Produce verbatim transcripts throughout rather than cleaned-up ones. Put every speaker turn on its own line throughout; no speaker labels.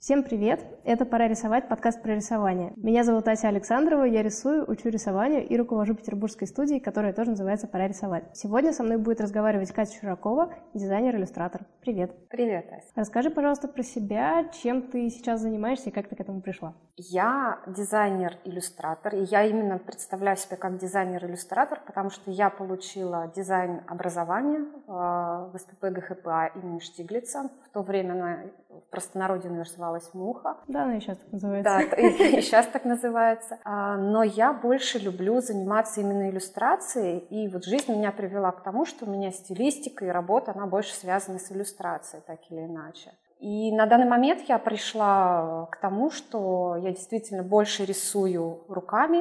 Всем привет! Это «Пора рисовать», подкаст про рисование. Меня зовут Ася Александрова, я рисую, учу рисованию и руковожу петербургской студией, которая тоже называется «Пора рисовать». Сегодня со мной будет разговаривать Катя Чуракова, дизайнер-иллюстратор. Привет!
Привет, Ася!
Расскажи, пожалуйста, про себя, чем ты сейчас занимаешься и как ты к этому пришла.
Я дизайнер-иллюстратор, и я именно представляю себя как дизайнер-иллюстратор, потому что я получила дизайн-образование в СПП ГХПА имени Штиглица. В то время она в простонародье называлась «Муха».
Да, она и сейчас так называется.
Да, и сейчас так называется. Но я больше люблю заниматься именно иллюстрацией, и вот жизнь меня привела к тому, что у меня стилистика и работа, она больше связана с иллюстрацией, так или иначе. И на данный момент я пришла к тому, что я действительно больше рисую руками,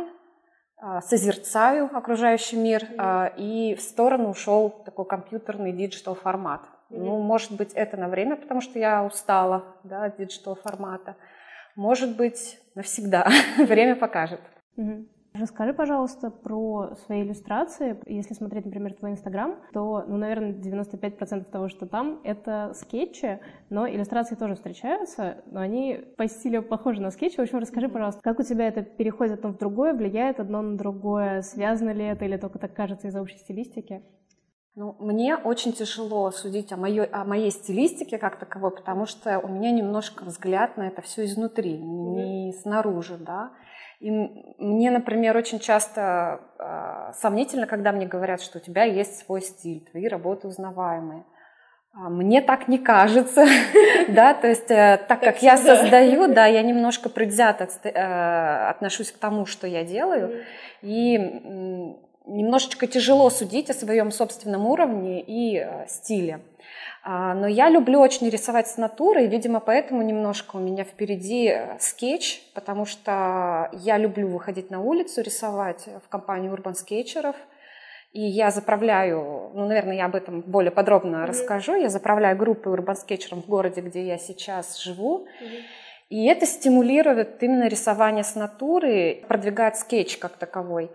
созерцаю окружающий мир, mm-hmm. и в сторону ушел такой компьютерный диджитал формат. Mm-hmm. Ну, может быть, это на время, потому что я устала, да, от диджитал формата. Может быть, навсегда. Время покажет.
Mm-hmm. Расскажи, пожалуйста, про свои иллюстрации. Если смотреть, например, твой Инстаграм, то, ну, наверное, девяносто пять процентов того, что там, это скетчи, но иллюстрации тоже встречаются, но они по стилю похожи на скетчи. В общем, расскажи, пожалуйста, как у тебя это переходит одно в другое, влияет одно на другое, связано ли это или только так кажется из-за общей стилистики?
Ну, мне очень тяжело судить о моей, о моей стилистике как таковой, потому что у меня немножко взгляд на это все изнутри, не mm-hmm. снаружи, да. И мне, например, очень часто э, сомнительно, когда мне говорят, что у тебя есть свой стиль, твои работы узнаваемые. Мне так не кажется, да, то есть так как я создаю, да, я немножко предвзято отношусь к тому, что я делаю, и немножечко тяжело судить о своем собственном уровне и стиле. Но я люблю очень рисовать с натуры, и, видимо, поэтому немножко у меня впереди скетч, потому что я люблю выходить на улицу, рисовать в компании Urban Sketcher'ов. И я заправляю, ну, наверное, я об этом более подробно mm-hmm. расскажу, я заправляю группы Urban Sketcher'ов в городе, где я сейчас живу. Mm-hmm. И это стимулирует именно рисование с натуры, продвигает скетч как таковой.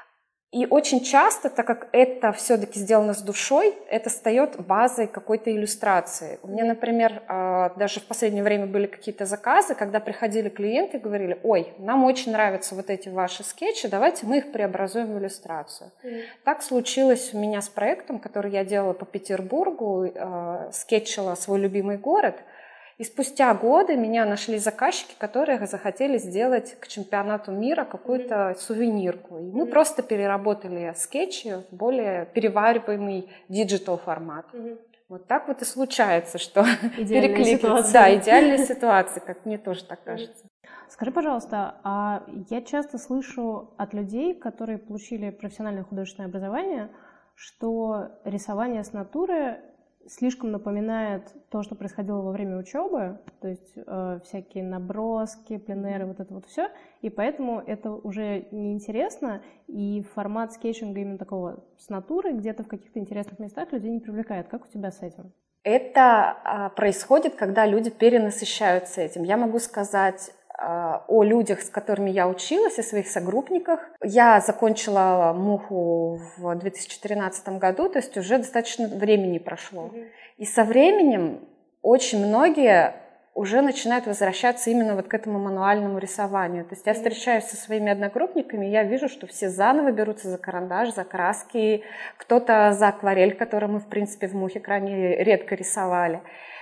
И очень часто, так как это все-таки сделано с душой, это стает базой какой-то иллюстрации. У меня, например, даже в последнее время были какие-то заказы, когда приходили клиенты и говорили: ой, нам очень нравятся вот эти ваши скетчи, давайте мы их преобразуем в иллюстрацию. Mm. Так случилось у меня с проектом, который я делала по Петербургу, скетчила свой любимый город. И спустя годы меня нашли заказчики, которые захотели сделать к чемпионату мира какую-то mm-hmm. сувенирку. И мы mm-hmm. просто переработали скетчи в более перевариваемый диджитал формат. Mm-hmm. Вот так вот и случается, что перекликивается. Да, идеальная ситуация, как мне тоже так кажется.
Скажи, пожалуйста, а я часто слышу от людей, которые получили профессиональное художественное образование, что рисование с натуры слишком напоминает то, что происходило во время учебы, то есть э, всякие наброски, пленеры, вот это вот все, и поэтому это уже неинтересно, и формат скетчинга именно такого с натуры где-то в каких-то интересных местах людей не привлекает. Как у тебя с этим?
Это а, происходит, когда люди перенасыщаются этим. Я могу сказать о людях, с которыми я училась, о своих согруппниках. Я закончила «Муху» в две тысячи тринадцатом году, то есть уже достаточно времени прошло. Mm-hmm. И со временем очень многие уже начинают возвращаться именно вот к этому мануальному рисованию. То есть я mm-hmm. встречаюсь со своими одногруппниками, и я вижу, что все заново берутся за карандаш, за краски, кто-то за акварель, которую мы, в принципе, в «Мухе» крайне редко рисовали.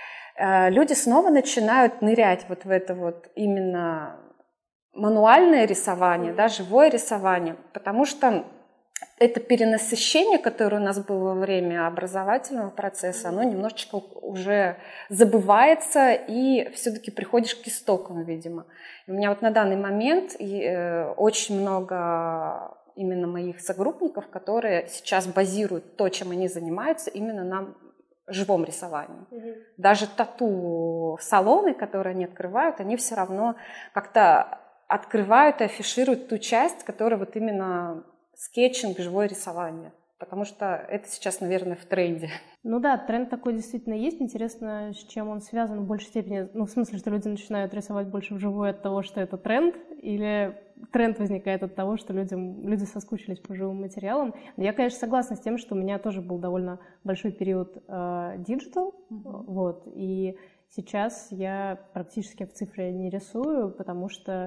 Люди снова начинают нырять вот в это вот именно мануальное рисование, mm-hmm. да, живое рисование, потому что это перенасыщение, которое у нас было во время образовательного процесса, mm-hmm. оно немножечко уже забывается, и все-таки приходишь к истокам, видимо. И у меня вот на данный момент очень много именно моих согруппников, которые сейчас базируют то, чем они занимаются, именно на живом рисовании. Mm-hmm. Даже тату-салоны, которые они открывают, они все равно как-то открывают и афишируют ту часть, которая вот именно скетчинг, живое рисование. Потому что это сейчас, наверное, в тренде.
Ну да, тренд такой действительно есть. Интересно, с чем он связан в большей степени. Ну, в смысле, что люди начинают рисовать больше вживую от того, что это тренд, или тренд возникает от того, что людям, люди соскучились по живым материалам. Но я, конечно, согласна с тем, что у меня тоже был довольно большой период диджитал, э, mm-hmm. вот, и Сейчас я практически в цифре не рисую, потому что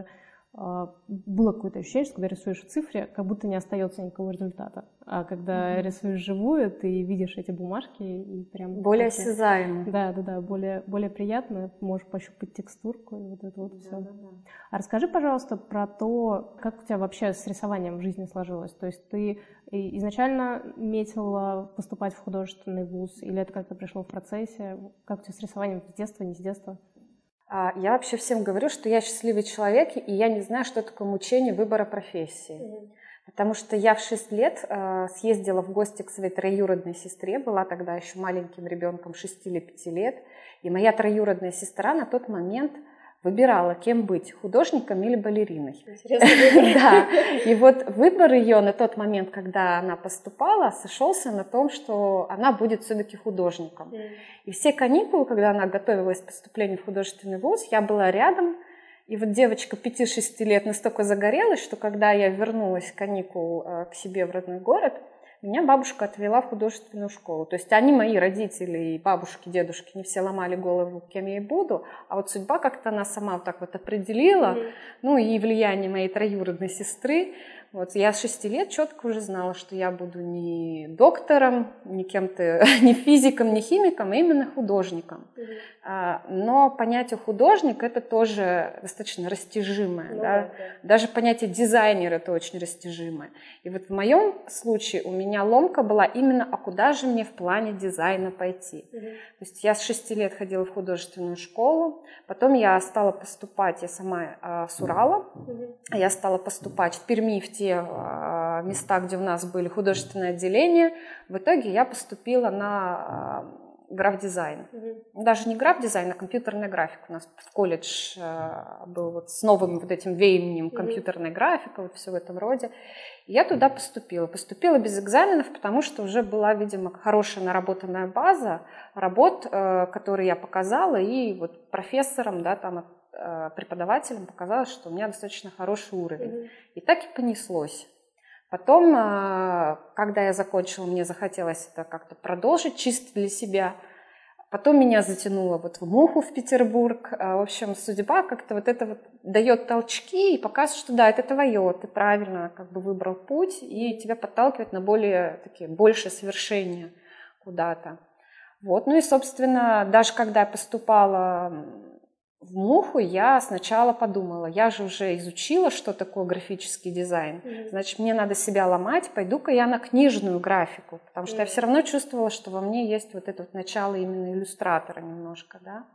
было какое-то ощущение, что когда рисуешь в цифре, как будто не остается никакого результата. А когда mm-hmm. рисуешь живую, ты видишь эти бумажки и прям...
Более осязаемо.
Да, да, да, более, более приятно. Можешь пощупать текстурку и вот это вот все. Да-да-да. А расскажи, пожалуйста, про то, как у тебя вообще с рисованием в жизни сложилось. То есть ты изначально метила поступать в художественный вуз, или это как-то пришло в процессе? Как у тебя с рисованием с детства, не с детства?
Я вообще всем говорю, что я счастливый человек, и я не знаю, что такое мучение выбора профессии. Mm-hmm. Потому что я в шесть лет э, съездила в гости к своей троюродной сестре, была тогда еще маленьким ребенком, шести или пяти лет, и моя троюродная сестра на тот момент выбирала, кем быть, художником или балериной.
Интересно.
Да, и вот выбор ее на тот момент, когда она поступала, сошелся на том, что она будет все-таки художником. И все каникулы, когда она готовилась к поступлению в художественный вуз, я была рядом, и вот девочка пяти-шести лет настолько загорелась, что когда я вернулась с каникул к себе в родной город, меня бабушка отвела в художественную школу. То есть они, мои родители, и бабушки, дедушки, не все ломали голову, кем я и буду, а вот судьба как-то она сама вот так вот определила, mm-hmm. ну и влияние моей троюродной сестры. Вот я с шести лет четко уже знала, что я буду не доктором, не кем-то, не физиком, не химиком, а именно художником. Mm-hmm. А, но понятие художник это тоже достаточно растяжимое. Mm-hmm. Да? Даже понятие дизайнер это очень растяжимое. И вот в моем случае у меня ломка была именно, а куда же мне в плане дизайна пойти. Mm-hmm. То есть я с шести лет ходила в художественную школу, потом я стала поступать, я сама а, с Урала, mm-hmm. я стала поступать в Перми, в те а, места, где у нас были художественные отделения. В итоге я поступила на а, граф-дизайн. Mm-hmm. Даже не граф-дизайн, а компьютерная графика. У нас в колледж а, был вот с новым вот этим веянием компьютерная mm-hmm. графика, вот все в этом роде. И я туда поступила. Поступила без экзаменов, потому что уже была, видимо, хорошая наработанная база работ, а, которые я показала, и вот профессором, да, там, преподавателям показалось, что у меня достаточно хороший уровень. Mm-hmm. И так и понеслось. Потом, когда я закончила, мне захотелось это как-то продолжить чисто для себя. Потом меня затянуло вот в Муху в Петербург. В общем, судьба как-то вот это вот дает толчки и показывает, что да, это твое, ты правильно как бы выбрал путь, и тебя подталкивает на более такие, большее совершение куда-то. Вот. Ну и, собственно, даже когда я поступала в Муху, я сначала подумала, я же уже изучила, что такое графический дизайн, mm-hmm. значит, мне надо себя ломать, пойду-ка я на книжную графику, потому что mm-hmm. я все равно чувствовала, что во мне есть вот это вот начало именно иллюстратора немножко, да.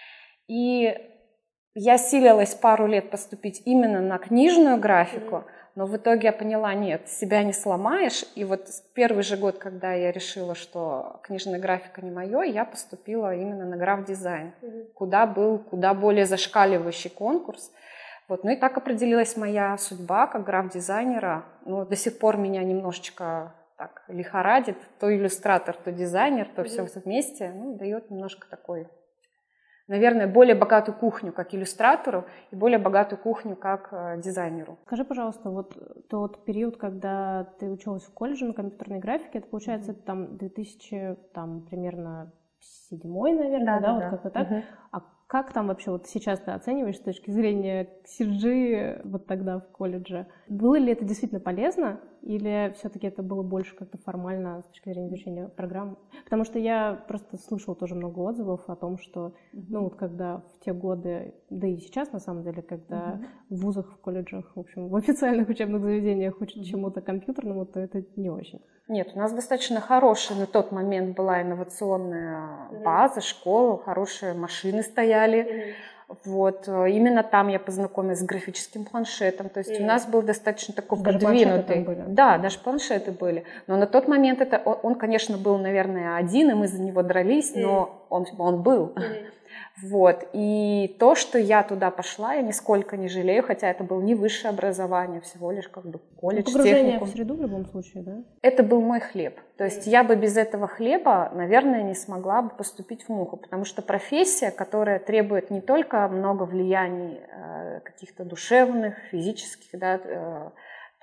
И я силилась пару лет поступить именно на книжную графику, mm-hmm. но в итоге я поняла, нет, себя не сломаешь. И вот первый же год, когда я решила, что книжная графика не мое, я поступила именно на граф-дизайн, mm-hmm. куда был куда более зашкаливающий конкурс. Вот. Ну и так определилась моя судьба как граф-дизайнера. Ну, до сих пор меня немножечко так лихорадит. То иллюстратор, то дизайнер, то mm-hmm. все вместе. Ну, дает немножко такой... наверное, более богатую кухню как иллюстратору и более богатую кухню как э, дизайнеру.
Скажи, пожалуйста, вот тот период, когда ты училась в колледже на компьютерной графике, это получается mm-hmm. там две тысячи, там примерно седьмой, наверное, да, да, да вот да. как-то так. Mm-hmm. А как там вообще вот сейчас ты оцениваешь с точки зрения си джи вот тогда в колледже? Было ли это действительно полезно? Или все-таки это было больше как-то формально с точки зрения изучения программ? Потому что я просто слышала тоже много отзывов о том, что, mm-hmm. ну вот когда в те годы, да и сейчас на самом деле, когда mm-hmm. в вузах, в колледжах, в общем, в официальных учебных заведениях учат mm-hmm. чему-то компьютерному, то это не очень.
Нет, у нас достаточно хорошая на тот момент была инновационная mm-hmm. база, школа, хорошие машины стояли. Mm-hmm. Вот, именно там я познакомилась с графическим планшетом, то есть mm. у нас был достаточно такой
даже
продвинутый.
Были.
Да, даже планшеты были. Но на тот момент это, он, он, конечно, был, наверное, один, и мы за него дрались, mm. но он, он был. Mm. Вот, и то, что я туда пошла, я нисколько не жалею, хотя это было не высшее образование, всего лишь как бы колледж, техникум.
Погружение в среду в любом случае, да?
Это был мой хлеб. То есть mm. я бы без этого хлеба, наверное, не смогла бы поступить в Муху, потому что профессия, которая требует не только много влияний э, каких-то душевных, физических, да, э,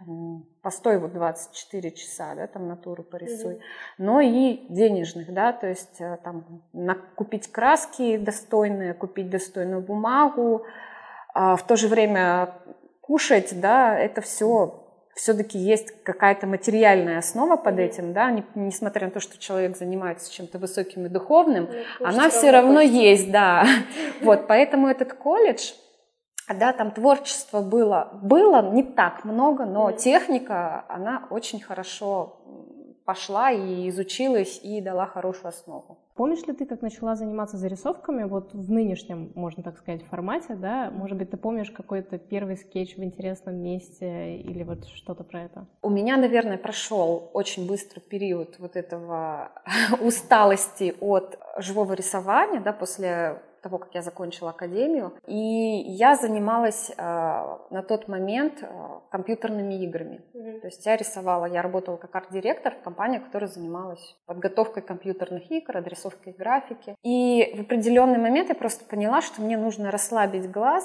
там, постой вот двадцать четыре часа, да, там натуру порисуй, mm-hmm. но и денежных, да, то есть там на, купить краски достойные, купить достойную бумагу, а в то же время кушать, да, это все все-таки есть какая-то материальная основа под mm-hmm. этим, да, не, несмотря на то, что человек занимается чем-то высоким и духовным, mm-hmm. она все равно, равно есть, да, вот, поэтому этот колледж, да, там творчество было, было не так много, но mm-hmm. техника, она очень хорошо пошла и изучилась, и дала хорошую основу.
Помнишь ли ты, как начала заниматься зарисовками вот в нынешнем, можно так сказать, формате, да? Может быть, ты помнишь какой-то первый скетч в интересном месте или вот что-то про это?
У меня, наверное, прошел очень быстрый период вот этого усталости от живого рисования, да, после того, как я закончила академию, и я занималась э, на тот момент э, компьютерными играми. Mm-hmm. То есть я рисовала, я работала как арт-директор в компании, которая занималась подготовкой компьютерных игр, адресовкой графики. И в определенный момент я просто поняла, что мне нужно расслабить глаз,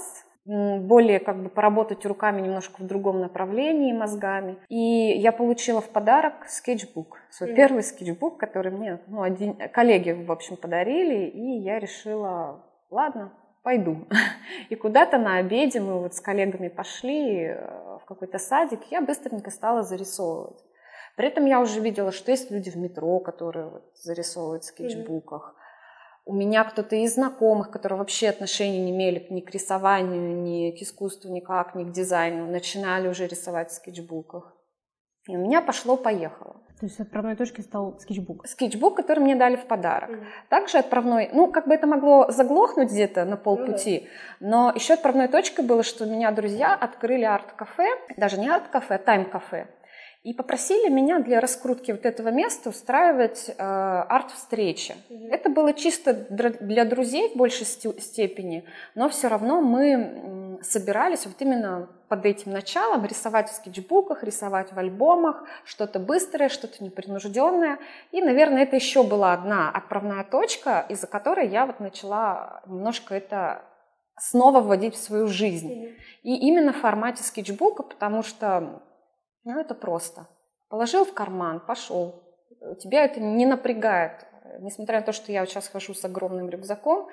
более как бы поработать руками немножко в другом направлении, мозгами. И я получила в подарок скетчбук, свой mm-hmm. первый скетчбук, который мне ну, один, коллеги, в общем, подарили, и я решила, ладно, пойду. И куда-то на обеде мы вот с коллегами пошли в какой-то садик, я быстренько стала зарисовывать. При этом я уже видела, что есть люди в метро, которые вот зарисовывают в скетчбуках. Mm-hmm. У меня кто-то из знакомых, которые вообще отношения не имели ни к рисованию, ни к искусству, никак, ни к дизайну, начинали уже рисовать в скетчбуках. И у меня пошло-поехало.
То есть отправной точкой стал скетчбук?
Скетчбук, который мне дали в подарок. Mm-hmm. Также отправной, ну, как бы это могло заглохнуть где-то на полпути, mm-hmm. но еще отправной точкой было, что у меня друзья открыли арт-кафе, даже не арт-кафе, а тайм-кафе. И попросили меня для раскрутки вот этого места устраивать э, арт-встречи. Mm-hmm. Это было чисто для друзей в большей степени, но все равно мы собирались вот именно под этим началом рисовать в скетчбуках, рисовать в альбомах, что-то быстрое, что-то непринужденное. И, наверное, это еще была одна отправная точка, из-за которой я вот начала немножко это снова вводить в свою жизнь. Mm-hmm. И именно в формате скетчбука, потому что ну, это просто. Положил в карман, пошел. Тебя это не напрягает. Несмотря на то, что я сейчас хожу с огромным рюкзаком,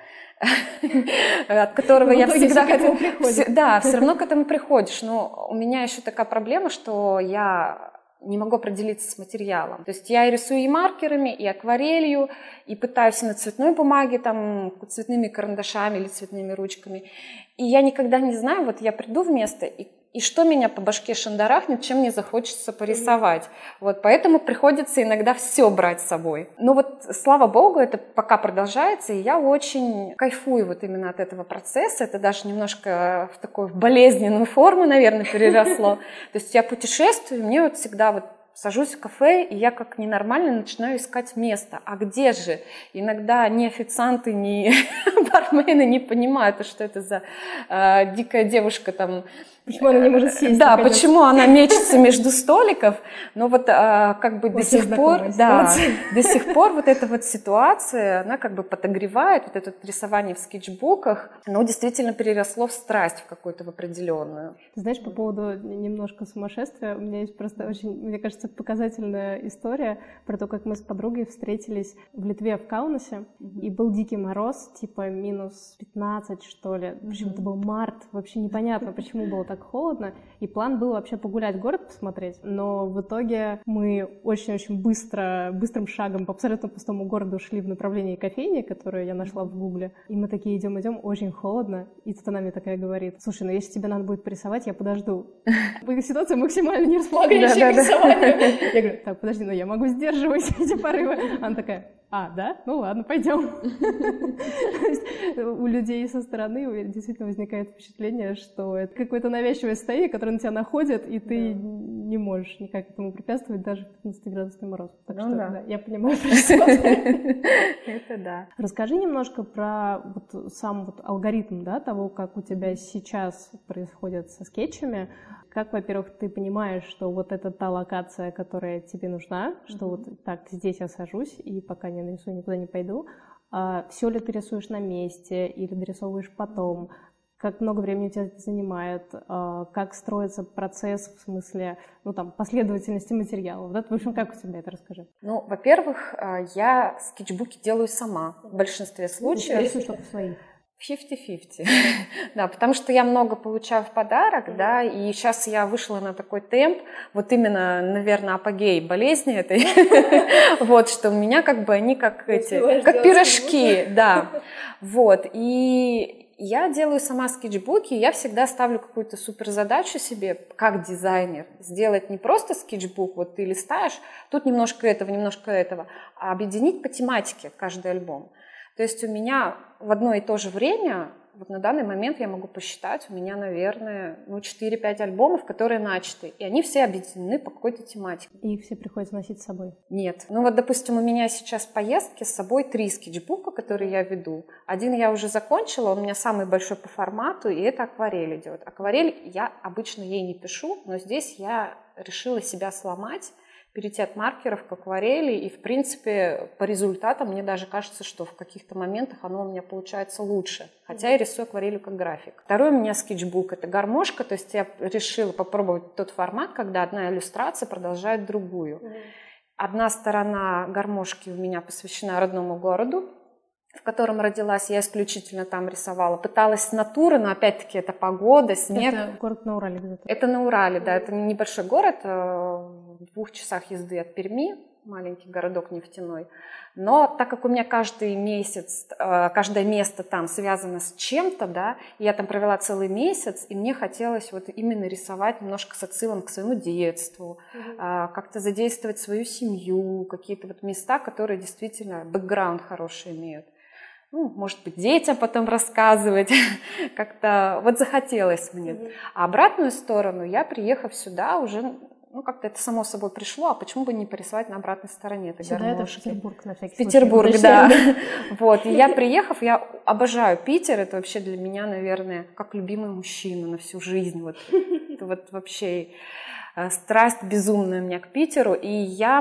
от которого я всегда... Да, все равно к этому приходишь. Но у меня еще такая проблема, что я не могу определиться с материалом. То есть я рисую и маркерами, и акварелью, и пытаюсь на цветной бумаге, там, цветными карандашами или цветными ручками. И я никогда не знаю, вот я приду в место, и И что меня по башке шандарахнет, чем мне захочется порисовать. Вот, поэтому приходится иногда все брать с собой. Но вот, слава богу, это пока продолжается, и я очень кайфую вот именно от этого процесса. Это даже немножко в такую болезненную форму, наверное, переросло. То есть я путешествую, мне вот всегда вот сажусь в кафе, и я как ненормально начинаю искать место. А где же? Иногда ни официанты, ни бармены не понимают, что это за э, дикая девушка там.
Почему она не может сесть?
Да, почему она мечется между столиков. Но вот а, как бы до сих пор, да, до сих пор вот эта вот ситуация, она как бы подогревает вот это рисование в скетчбуках, но действительно переросло в страсть в какую-то в определенную.
Ты знаешь, по поводу немножко сумасшествия, у меня есть просто очень, мне кажется, показательная история про то, как мы с подругой встретились в Литве, в Каунасе, mm-hmm. и был дикий мороз, типа минус пятнадцать, что ли. В общем, mm-hmm. это был март, вообще непонятно, почему было так холодно, и план был вообще погулять, город посмотреть, но в итоге мы очень-очень быстро, быстрым шагом по абсолютно пустому городу шли в направлении кофейни, которую я нашла в Гугле, и мы такие идем-идем, очень холодно, и тут она мне такая говорит: слушай, ну если тебе надо будет порисовать, я подожду. Ситуация максимально не располагающая к рисованию. Я говорю: так, подожди, но я могу сдерживать эти порывы. Она такая: а, да? Ну ладно, пойдем. У людей со стороны действительно возникает впечатление, что это какое-то навязчивое состояние, которое на тебя находит, и ты не можешь никак этому препятствовать, даже в пятнадцатиградусный мороз. Так что, да, я понимаю, про что.
Это да.
Расскажи немножко про вот сам вот алгоритм, да, того, как у тебя сейчас происходит со скетчами. Как, во-первых, ты понимаешь, что вот это та локация, которая тебе нужна, что вот так, здесь я сажусь, и пока не нарисую, никуда не пойду. А все ли ты рисуешь на месте или дорисовываешь потом? как много времени у тебя это занимает, как строится процесс в смысле, ну, там, последовательности материалов, да? В общем, как у тебя это, расскажи.
Ну, во-первых, я скетчбуки делаю сама в большинстве случаев.
Ты рисуешь только свои.
пятьдесят на пятьдесят. Да, потому что я много получаю в подарок, да, и сейчас я вышла на такой темп, вот именно, наверное, апогей болезни этой, вот, что у меня как бы они как эти, как пирожки, да, вот, и я делаю сама скетчбуки, я всегда ставлю какую-то суперзадачу себе, как дизайнер, сделать не просто скетчбук, вот ты листаешь, тут немножко этого, немножко этого, а объединить по тематике каждый альбом. То есть у меня в одно и то же время, вот на данный момент я могу посчитать, у меня, наверное, ну, четыре-пять альбомов, которые начаты, и они все объединены по какой-то тематике.
И их все приходится носить с собой?
Нет. Ну вот, допустим, у меня сейчас в поездке с собой три скетчбука, которые я веду. Один я уже закончила, он у меня самый большой по формату, и это акварель идет. Акварель я обычно ей не пишу, но здесь я решила себя сломать, перейти от маркеров к акварели, и, в принципе, по результатам мне даже кажется, что в каких-то моментах оно у меня получается лучше, хотя я рисую акварелью как график. Второй у меня скетчбук — это гармошка, то есть я решила попробовать тот формат, когда одна иллюстрация продолжает другую. Одна сторона гармошки у меня посвящена родному городу, в котором родилась, я исключительно там рисовала. Пыталась с натуры, но опять-таки это погода, снег.
Это город на Урале где-то?
Это на Урале, да, это небольшой город, в двух часах езды от Перми, маленький городок нефтяной. Но так как у меня каждый месяц, каждое место там связано с чем-то, да, я там провела целый месяц, и мне хотелось вот именно рисовать немножко с отсылом к своему детству, mm-hmm. как-то задействовать свою семью, какие-то вот места, которые действительно бэкграунд хороший имеют. Ну, может быть, детям потом рассказывать, как-то вот захотелось мне. Mm-hmm. А обратную сторону я, приехав сюда, уже, ну, как-то это само собой пришло, а почему бы не порисовать на обратной стороне этой
сюда
гармошки?
Это в Петербург, на всякий
Петербург,
случай.
да. Вот, и я, приехав, я обожаю Питер, это вообще для меня, наверное, как любимый мужчина на всю жизнь, вот, это вот вообще страсть безумная у меня к Питеру, и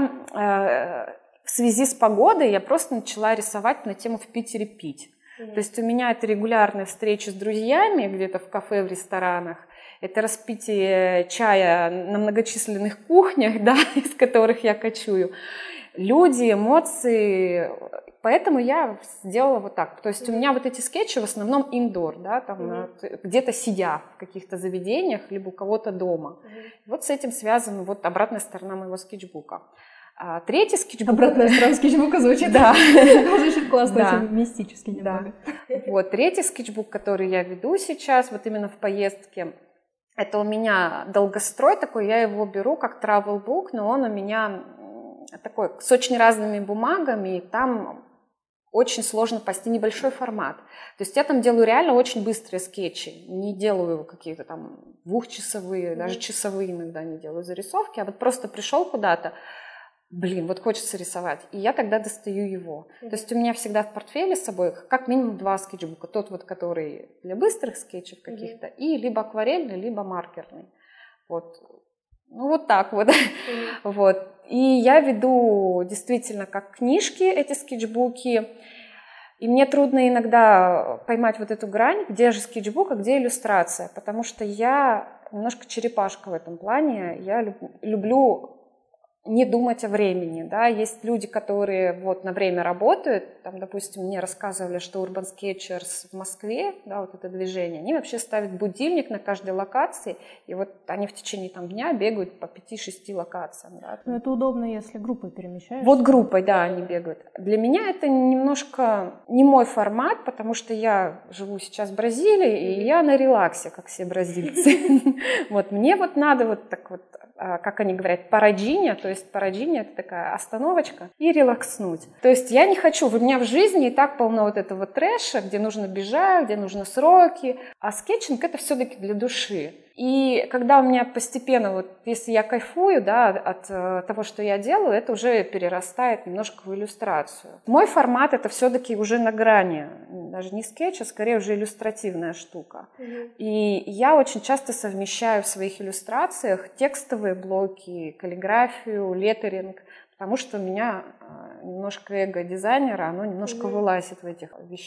я... В связи с погодой я просто начала рисовать на тему «В Питере пить». Mm-hmm. То есть у меня это регулярные встречи с друзьями где-то в кафе, в ресторанах. Это распитие чая на многочисленных кухнях, да, из которых я кочую. Люди, эмоции. Поэтому я сделала вот так. То есть mm-hmm. у меня вот эти скетчи в основном индор, да, там, mm-hmm. где-то сидя в каких-то заведениях, либо у кого-то дома. Mm-hmm. Вот с этим связана вот обратная сторона моего скетчбука. А третий скетчбук...
Обратная сторона скетчбука звучит.
Да.
Звучит классно,
да.
очень мистически немного.
Да. Вот, третий скетчбук, который я веду сейчас, вот именно в поездке, это у меня долгострой такой, я его беру как travel book, но он у меня такой, с очень разными бумагами, и там очень сложно пасти небольшой формат. То есть я там делаю реально очень быстрые скетчи, не делаю какие-то там двухчасовые, mm-hmm. даже часовые иногда не делаю зарисовки, а вот просто пришел куда-то, блин, вот хочется рисовать. И я тогда достаю его. Mm-hmm. То есть у меня всегда в портфеле с собой как минимум два скетчбука. Тот вот, который для быстрых скетчев каких-то, mm-hmm. и либо акварельный, либо маркерный. Вот. Ну вот так вот. Mm-hmm. Вот. И я веду действительно как книжки эти скетчбуки. И мне трудно иногда поймать вот эту грань, где же скетчбук, а где иллюстрация. Потому что я немножко черепашка в этом плане. Я люблю... не думать о времени, да, есть люди, которые вот на время работают, там, допустим, мне рассказывали, что Urban Sketchers в Москве, да, вот это движение, они вообще ставят будильник на каждой локации, и вот они в течение там дня бегают по пяти-шести локациям, да.
Но это удобно, если группой перемещаешься.
Вот группой, да, они бегают. Для меня это немножко не мой формат, потому что я живу сейчас в Бразилии, и я на релаксе, как все бразильцы. Вот, мне вот надо вот так вот, как они говорят, параджиня, то есть параджиня — это такая остановочка, и релакснуть. То есть я не хочу, у меня в жизни и так полно вот этого трэша, где нужно бежать, где нужны сроки, а скетчинг — это все-таки для души. И когда у меня постепенно, вот если я кайфую, да, от э, того, что я делаю, это уже перерастает немножко в иллюстрацию. Мой формат — это все-таки уже на грани, даже не скетч, а скорее уже иллюстративная штука. Mm-hmm. И я очень часто совмещаю в своих иллюстрациях текстовые блоки, каллиграфию, леттеринг, потому что у меня э, немножко эго дизайнера, оно немножко mm-hmm. вылазит в этих вещах.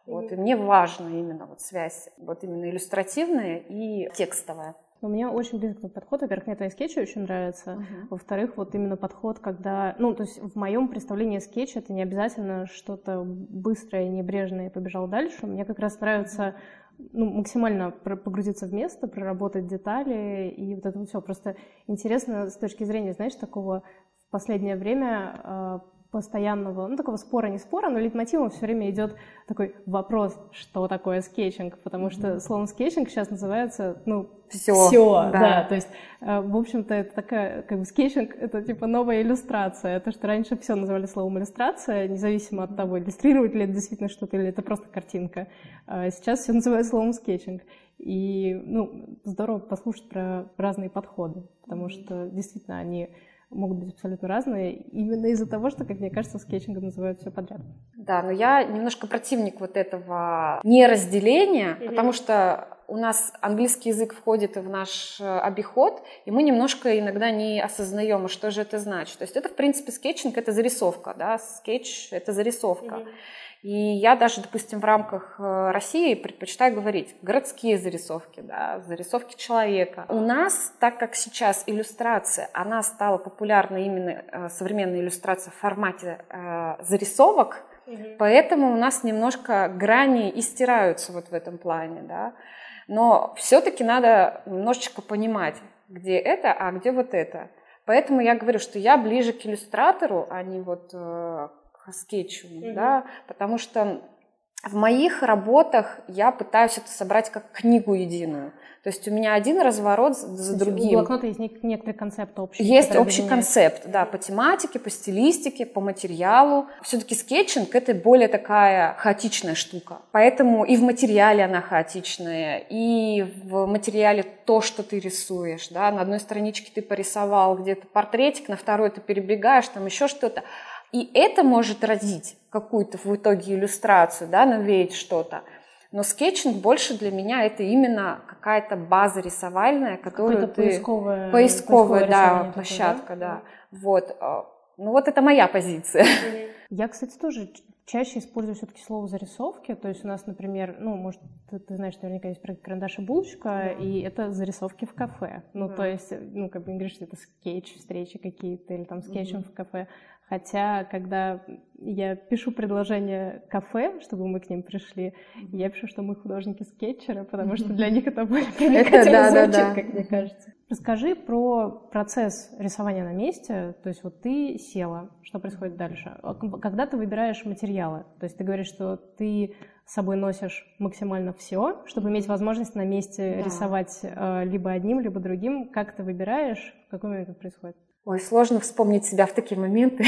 Вот, и мне важна именно вот связь, вот именно иллюстративная и текстовая.
У меня очень близкий подход. Во-первых, мне твои скетчи очень нравятся. Uh-huh. Во-вторых, вот именно подход, когда... Ну, то есть в моем представлении скетч — это не обязательно что-то быстрое, небрежное и побежал дальше. Мне как раз нравится ну, максимально погрузиться в место, проработать детали и вот это вот все. Просто интересно с точки зрения, знаешь, такого в последнее время... постоянного, ну, такого спора, не спора, но лейтмотивом все время идет такой вопрос, что такое скетчинг, потому что словом скетчинг сейчас называется, ну,
все,
все
да.
да, то есть, в общем-то, это такая, как бы, скетчинг — это типа новая иллюстрация, то, что раньше все называли словом иллюстрация, независимо от того, иллюстрировать ли это действительно что-то, или это просто картинка. Сейчас все называют словом скетчинг. И, ну, здорово послушать про разные подходы, потому что действительно они могут быть абсолютно разные, именно из-за того, что, как мне кажется, скетчингом называют все подряд.
Да, но я немножко противник вот этого неразделения, mm-hmm. потому что у нас английский язык входит в наш обиход, и мы немножко иногда не осознаем, что же это значит. То есть это, в принципе, скетчинг — это зарисовка, да, скетч — это зарисовка. Mm-hmm. И я даже, допустим, в рамках России предпочитаю говорить городские зарисовки, да, зарисовки человека. У нас, так как сейчас иллюстрация, она стала популярна именно современная иллюстрация в формате э, зарисовок, mm-hmm. поэтому у нас немножко грани и стираются вот в этом плане, да. Но все-таки надо немножечко понимать, где это, а где вот это. Поэтому я говорю, что я ближе к иллюстратору, а не вот... Э, скетчу, mm-hmm. да, потому что в моих работах я пытаюсь это собрать как книгу единую. То есть у меня один разворот за другим.
У блокнота есть некоторый концепт общий.
Есть общий концепт, да, по тематике, по стилистике, по материалу. Все-таки скетчинг — это более такая хаотичная штука. Поэтому и в материале она хаотичная, и в материале то, что ты рисуешь. Да. На одной страничке ты порисовал где-то портретик, на второй ты перебегаешь, там еще что-то. И это может родить какую-то в итоге иллюстрацию, да, навеять что-то. Но скетчинг больше для меня это именно какая-то база рисовальная, которую
какая-то
ты...
поисковая,
поисковая, да, площадка, да? Да. Вот. Ну вот это моя позиция.
Я, кстати, тоже чаще использую все-таки слово зарисовки. То есть у нас, например, ну, может, ты, ты знаешь, наверняка есть проект «Карандаш и булочка», да. И это зарисовки в кафе. Ну, да. То есть, ну, как бы не говоришь, что это скетч, встречи какие-то или там скетчем угу. в кафе. Хотя, когда я пишу предложение кафе, чтобы мы к ним пришли, я пишу, что мы художники-скетчеры, потому что для них это более привлекательно звучит, как мне кажется. Расскажи про процесс рисования на месте. То есть вот ты села, что происходит дальше? Когда ты выбираешь материалы, то есть ты говоришь, что ты с собой носишь максимально все, чтобы иметь возможность на месте да. рисовать либо одним, либо другим. Как ты выбираешь? В какой момент это происходит?
Ой, сложно вспомнить себя в такие моменты.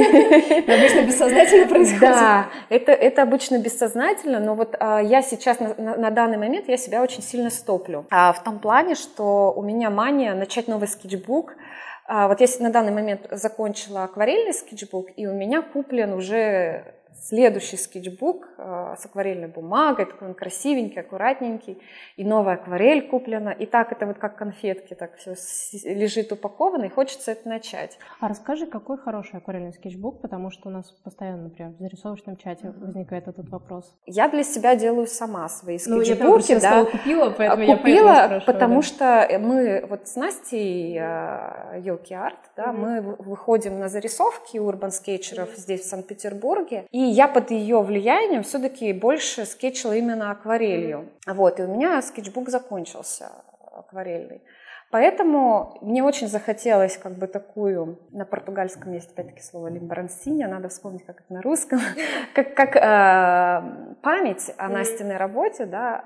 Обычно бессознательно происходит.
Да, это, это обычно бессознательно, но вот а, я сейчас на, на, на данный момент я себя очень сильно стоплю. А, в том плане, что у меня мания начать новый скетчбук. А, вот я на данный момент закончила акварельный скетчбук, и у меня куплен уже следующий скетчбук э, с акварельной бумагой, такой он красивенький, аккуратненький, и новая акварель куплена, и так это вот как конфетки, так все лежит упаковано, и хочется это начать.
А расскажи, какой хороший акварельный скетчбук, потому что у нас постоянно, например, в зарисовочном чате uh-huh. возникает этот вопрос.
Я для себя делаю сама свои скетчбуки.
Ну, я да, купила, поэтому
купила,
я
потому
да.
что мы вот с Настей э, Yoki Art, да, uh-huh. мы выходим на зарисовки урбан скетчеров uh-huh. здесь в Санкт-Петербурге, и я под ее влиянием все-таки больше скетчила именно акварелью. Mm-hmm. Вот, и у меня скетчбук закончился акварельный. Поэтому мне очень захотелось как бы такую, на португальском есть опять-таки слово лимбрансинья, надо вспомнить, как это на русском, как, как э, память о Настиной работе, да,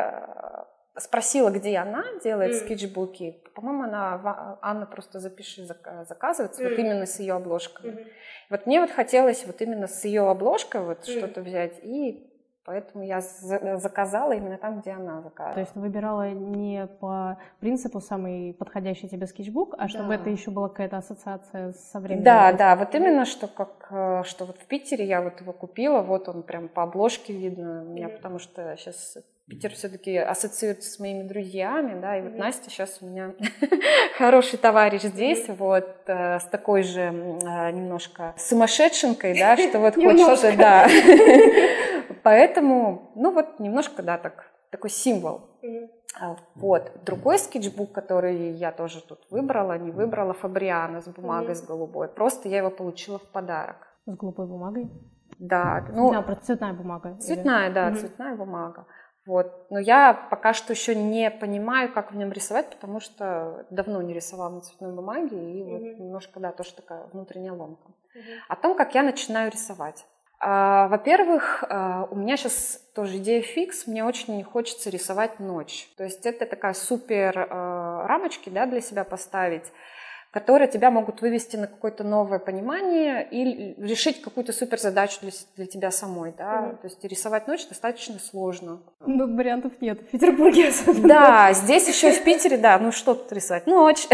я спросила, где она делает mm. скетчбуки. По-моему, она, Анна просто запиши, заказывается, mm. вот именно с ее обложками. Mm-hmm. Вот мне вот хотелось вот именно с ее обложкой вот mm. что-то взять, и поэтому я заказала именно там, где она заказала.
То есть ты выбирала не по принципу самый подходящий тебе скетчбук, а чтобы да. это еще была какая-то ассоциация со временем?
Да, работы. Да, вот именно, что как, что вот в Питере я вот его купила, вот он прям по обложке видно у меня, mm. потому что сейчас Питер все-таки ассоциируется с моими друзьями, да, и вот mm-hmm. Настя сейчас у меня хороший товарищ здесь, mm-hmm. вот, э, с такой же э, немножко сумасшедшенкой, да, что вот хочется, да, Поэтому, ну вот немножко, да, так, такой символ. Вот. Другой скетчбук, который я тоже тут выбрала, не выбрала, Фабриано с бумагой, с голубой. Просто я его получила в подарок.
С голубой бумагой?
Да. Ну,
да, просто цветная бумага.
Цветная,
или...
да, угу. цветная бумага. Вот. Но я пока что еще не понимаю, как в нем рисовать, потому что давно не рисовала на цветной бумаге, и угу. вот немножко, да, тоже такая внутренняя ломка. Угу. О том, как я начинаю рисовать. А, во-первых, а, у меня сейчас тоже идея фикс, мне очень не хочется рисовать ночь. То есть это такая супер а, рамочки, да, для себя поставить, которые тебя могут вывести на какое-то новое понимание и решить какую-то суперзадачу для, для тебя самой, да. Mm-hmm. То есть рисовать ночь достаточно сложно.
Ну, вариантов нет в Петербурге особенно.
Да, здесь еще в Питере, да, ну что тут рисовать? Ночь.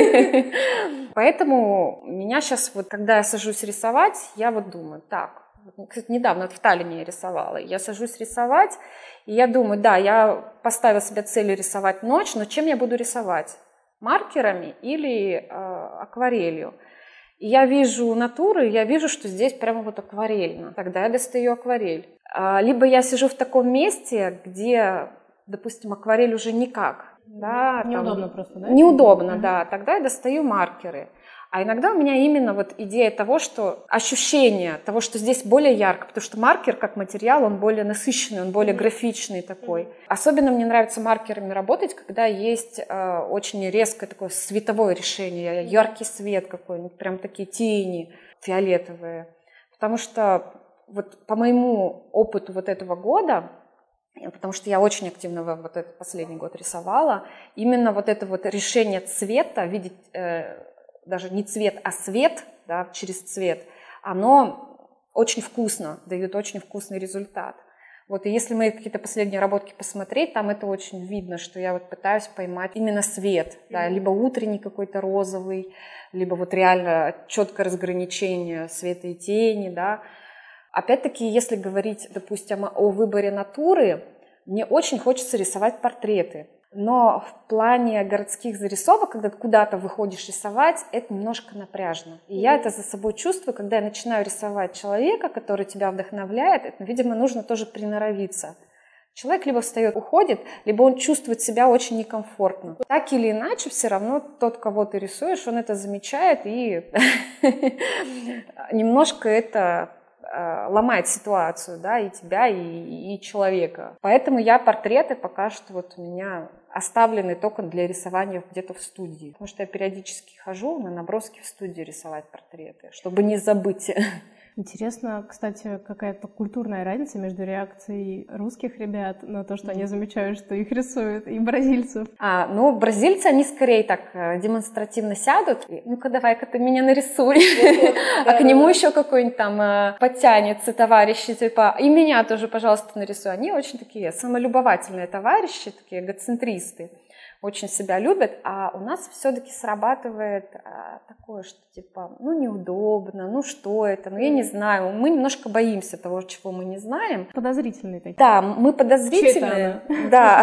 Поэтому меня сейчас, вот, когда я сажусь рисовать, я вот думаю, так, кстати, недавно в Таллине я рисовала, я сажусь рисовать, и я думаю, да, я поставила себе цель рисовать ночь, но чем я буду рисовать? Маркерами или э, акварелью. И я вижу натуры, я вижу, что здесь прямо вот акварельно. Тогда я достаю акварель. А, либо я сижу в таком месте, где, допустим, акварель уже никак. Да,
неудобно
там,
просто, да?
Неудобно,
угу.
да. Тогда я достаю маркеры. А иногда у меня именно вот идея того, что ощущение того, что здесь более ярко, потому что маркер как материал, он более насыщенный, он более mm-hmm. графичный такой. Mm-hmm. Особенно мне нравится маркерами работать, когда есть э, очень резкое такое световое решение, mm-hmm. яркий свет какой-нибудь, прям такие тени фиолетовые. Потому что вот по моему опыту вот этого года, потому что я очень активно вот этот последний год рисовала, именно вот это вот решение цвета, видеть... Э, даже не цвет, а свет, да, через цвет, оно очень вкусно, дает очень вкусный результат. Вот, и если мои какие-то последние работки посмотреть, там это очень видно, что я вот пытаюсь поймать именно свет, да, либо утренний какой-то розовый, либо вот реально четкое разграничение света и тени, да. Опять-таки, если говорить, допустим, о выборе натуры, мне очень хочется рисовать портреты. Но в плане городских зарисовок, когда ты куда-то выходишь рисовать, это немножко напряжно. И mm-hmm. я это за собой чувствую, когда я начинаю рисовать человека, который тебя вдохновляет, это, видимо, нужно тоже приноровиться. Человек либо встает, уходит, либо он чувствует себя очень некомфортно. Так или иначе, все равно тот, кого ты рисуешь, он это замечает и немножко это... ломает ситуацию, да, и тебя, и, и человека. Поэтому я портреты пока что вот у меня оставлены только для рисования где-то в студии. Потому что я периодически хожу на наброски в студию рисовать портреты, чтобы не забыть.
Интересно, кстати, какая-то культурная разница между реакцией русских ребят на то, что они замечают, что их рисуют, и бразильцев.
А, ну, бразильцы, они скорее так демонстративно сядут. Ну-ка, давай-ка ты меня нарисуй. А к нему еще какой-нибудь там подтянется товарищи, типа, и меня тоже, пожалуйста, нарисуй. Они очень такие самолюбовательные товарищи, такие эгоцентристы. Очень себя любят, а у нас все-таки срабатывает а, такое, что типа, ну неудобно, ну что это, ну я не знаю, мы немножко боимся того, чего мы не знаем.
Подозрительные такие.
Да, мы подозрительные, да.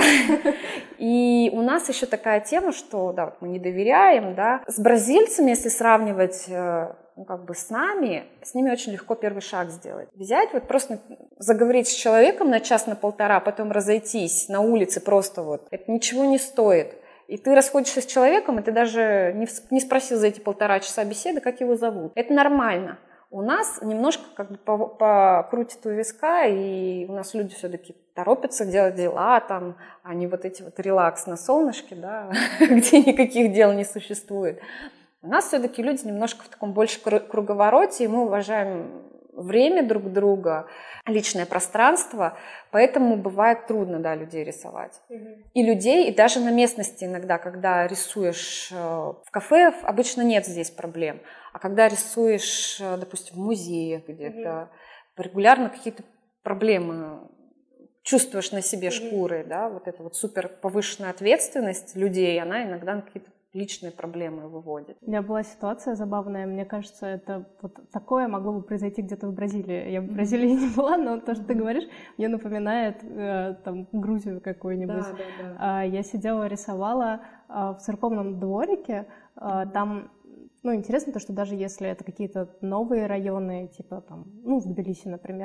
И у нас еще такая тема, что да, вот мы не доверяем, да. С бразильцами, если сравнивать, ну, как бы с нами, с ними очень легко первый шаг сделать. Взять, вот просто заговорить с человеком на час, на полтора, потом разойтись на улице просто вот. Это ничего не стоит. И ты расходишься с человеком, и ты даже не, не спросил за эти полтора часа беседы, как его зовут. Это нормально. У нас немножко как бы покрутит у виска, и у нас люди все-таки торопятся делать дела, там, а не вот эти вот релакс на солнышке, да, где никаких дел не существует. У нас все-таки люди немножко в таком больше круговороте, и мы уважаем время друг друга, личное пространство, поэтому бывает трудно, да, людей рисовать. Mm-hmm. И людей, и даже на местности иногда, когда рисуешь в кафе, обычно нет здесь проблем. А когда рисуешь, допустим, в музеях где-то, mm-hmm. регулярно какие-то проблемы чувствуешь на себе mm-hmm. шкурой, да, вот эта вот супер повышенная ответственность людей, она иногда на какие-то личные проблемы выводит.
У меня была ситуация забавная, мне кажется, это вот такое могло бы произойти где-то в Бразилии. Я в Бразилии не была, но то, что ты говоришь, мне напоминает э, там Грузию какую-нибудь.
Да, да, да.
Я сидела, рисовала в церковном дворике, там, ну, интересно то, что даже если это какие-то новые районы, типа там, ну, в Тбилиси, например,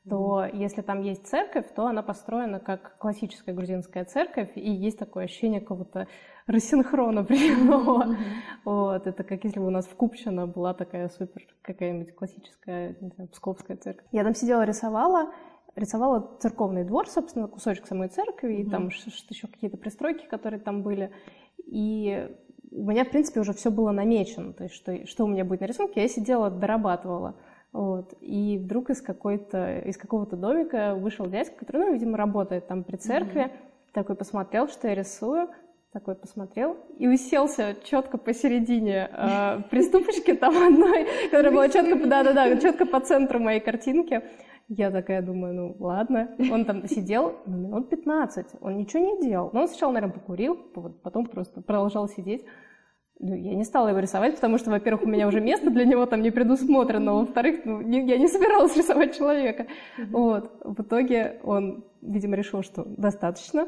то mm-hmm. если там есть церковь, то она построена как классическая грузинская церковь, и есть такое ощущение какого-то рассинхрона определенного. Mm-hmm. Вот, это как если бы у нас в Купчино была такая супер какая-нибудь классическая, не знаю, псковская церковь. Я там сидела, рисовала, рисовала церковный двор, собственно, кусочек самой церкви, mm-hmm. и там еще какие-то пристройки, которые там были. И у меня, в принципе, уже все было намечено, то есть что, что у меня будет на рисунке, я сидела, дорабатывала. Вот. И вдруг из, какой-то, из какого-то домика вышел дядька, который, ну, видимо, работает там при церкви, mm-hmm. такой посмотрел, что я рисую, такой посмотрел и уселся четко посередине э, приступочки там одной, которая была четко, да-да-да, четко по центру моей картинки. Я такая думаю, ну ладно. Он там сидел ну, минут пятнадцать, он ничего не делал. Но он сначала, наверное, покурил, потом просто продолжал сидеть. Ну, я не стала его рисовать, потому что, во-первых, у меня уже место для него там не предусмотрено, во-вторых, ну, не, я не собиралась рисовать человека. Mm-hmm. Вот. В итоге он, видимо, решил, что достаточно.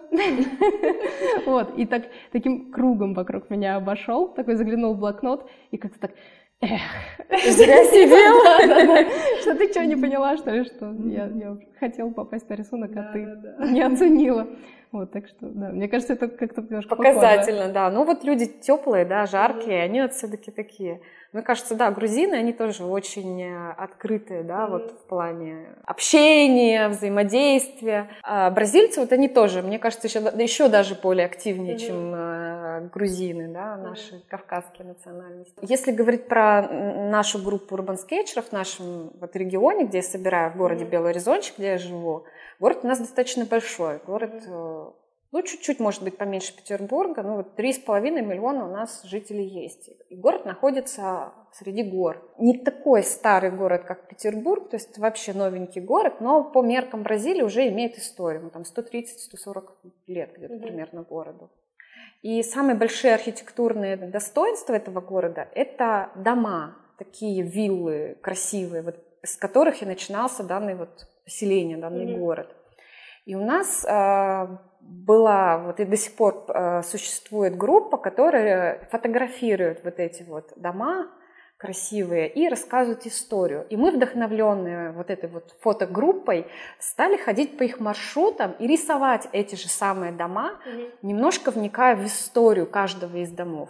Вот. И так, таким кругом вокруг меня обошел, такой заглянул в блокнот и как-то так... Эх,
зря сидела.
Да, да, да. Что ты что, не поняла, что ли, что я, я хотела попасть на рисунок, а ты не оценила. Вот, так что, да, мне кажется, это как-то немножко
показательно,
похоже.
Да. Ну вот люди теплые, да, жаркие, mm-hmm. они вот все-таки такие. Мне кажется, да, грузины, они тоже очень открытые, да, mm-hmm. вот в плане общения, взаимодействия. А бразильцы, вот они тоже, мне кажется, еще, еще даже более активнее, mm-hmm. чем э, грузины, да, наши mm-hmm. кавказские национальности. Если говорить про нашу группу урбанскетчеров в нашем вот регионе, где я собираю, в городе mm-hmm. Белый Оризончик, где я живу, город у нас достаточно большой. Город, ну, чуть-чуть, может быть, поменьше Петербурга, ну, вот три с половиной миллиона у нас жителей есть. И город находится среди гор. Не такой старый город, как Петербург, то есть вообще новенький город, но по меркам Бразилии уже имеет историю. Ну, там сто тридцать - сто сорок лет где-то mm-hmm. примерно городу. И самые большие архитектурные достоинства этого города – это дома, такие виллы красивые, вот, с которых и начинался данный вот поселение, данный mm-hmm. город. И у нас э, была, вот и до сих пор э, существует группа, которая фотографирует вот эти вот дома красивые и рассказывает историю. И мы, вдохновленные вот этой вот фотогруппой, стали ходить по их маршрутам и рисовать эти же самые дома, mm-hmm. немножко вникая в историю каждого из домов.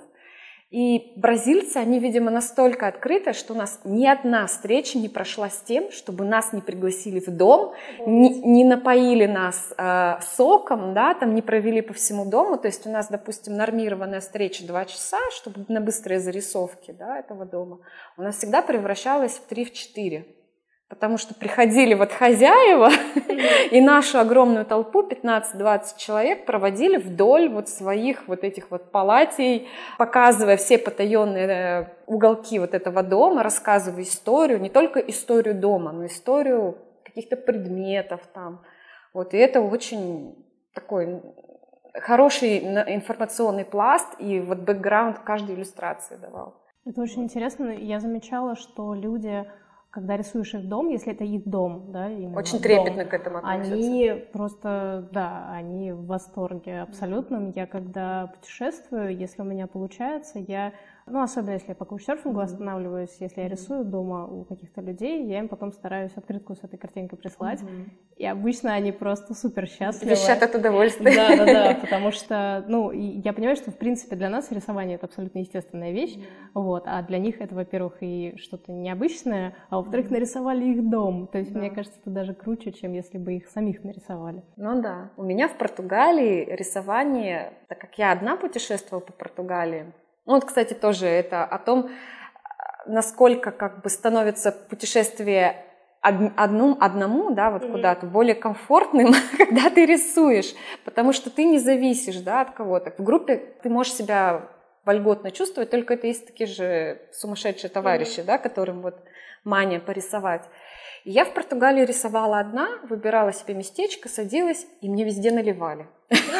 И бразильцы, они, видимо, настолько открыты, что у нас ни одна встреча не прошла с тем, чтобы нас не пригласили в дом, не, не напоили нас э, соком, да, там не провели по всему дому. То есть у нас, допустим, нормированная встреча два часа, чтобы на быстрые зарисовки, да, этого дома, у нас всегда превращалась в три-четыре. Потому что приходили вот хозяева и нашу огромную толпу, пятнадцать-двадцать человек, проводили вдоль вот своих вот этих вот палатей, показывая все потаенные уголки вот этого дома, рассказывая историю, не только историю дома, но историю каких-то предметов там. Вот, и это очень такой хороший информационный пласт, и вот бэкграунд каждой иллюстрации давал.
Это очень интересно. Я замечала, что люди... Когда рисуешь их дом, если это их дом, да,
очень трепетно дом, к этому относятся.
Они просто, да, они в восторге абсолютном. Я когда путешествую, если у меня получается, я, ну, особенно если я по каучсерфингу mm-hmm. останавливаюсь, если я рисую дома у каких-то людей, я им потом стараюсь открытку с этой картинкой прислать. Mm-hmm. И обычно они просто супер счастливы.
Вещат от удовольствия.
Да, да, да, потому что, ну, я понимаю, что, в принципе, для нас рисование — это абсолютно естественная вещь, mm-hmm. вот, а для них это, во-первых, и что-то необычное, а во-вторых, mm-hmm. нарисовали их дом. То есть, да. мне кажется, это даже круче, чем если бы их самих нарисовали.
Ну да. У меня в Португалии рисование, так как я одна путешествовала по Португалии, ну вот, кстати, тоже это о том, насколько как бы становится путешествие одному, одному, да, вот mm-hmm. куда-то более комфортным, когда ты рисуешь, потому что ты не зависишь, да, от кого-то. В группе ты можешь себя вольготно чувствовать, только это есть такие же сумасшедшие товарищи, mm-hmm. да, которым вот мания порисовать. И я в Португалии рисовала одна, выбирала себе местечко, садилась, и мне везде наливали.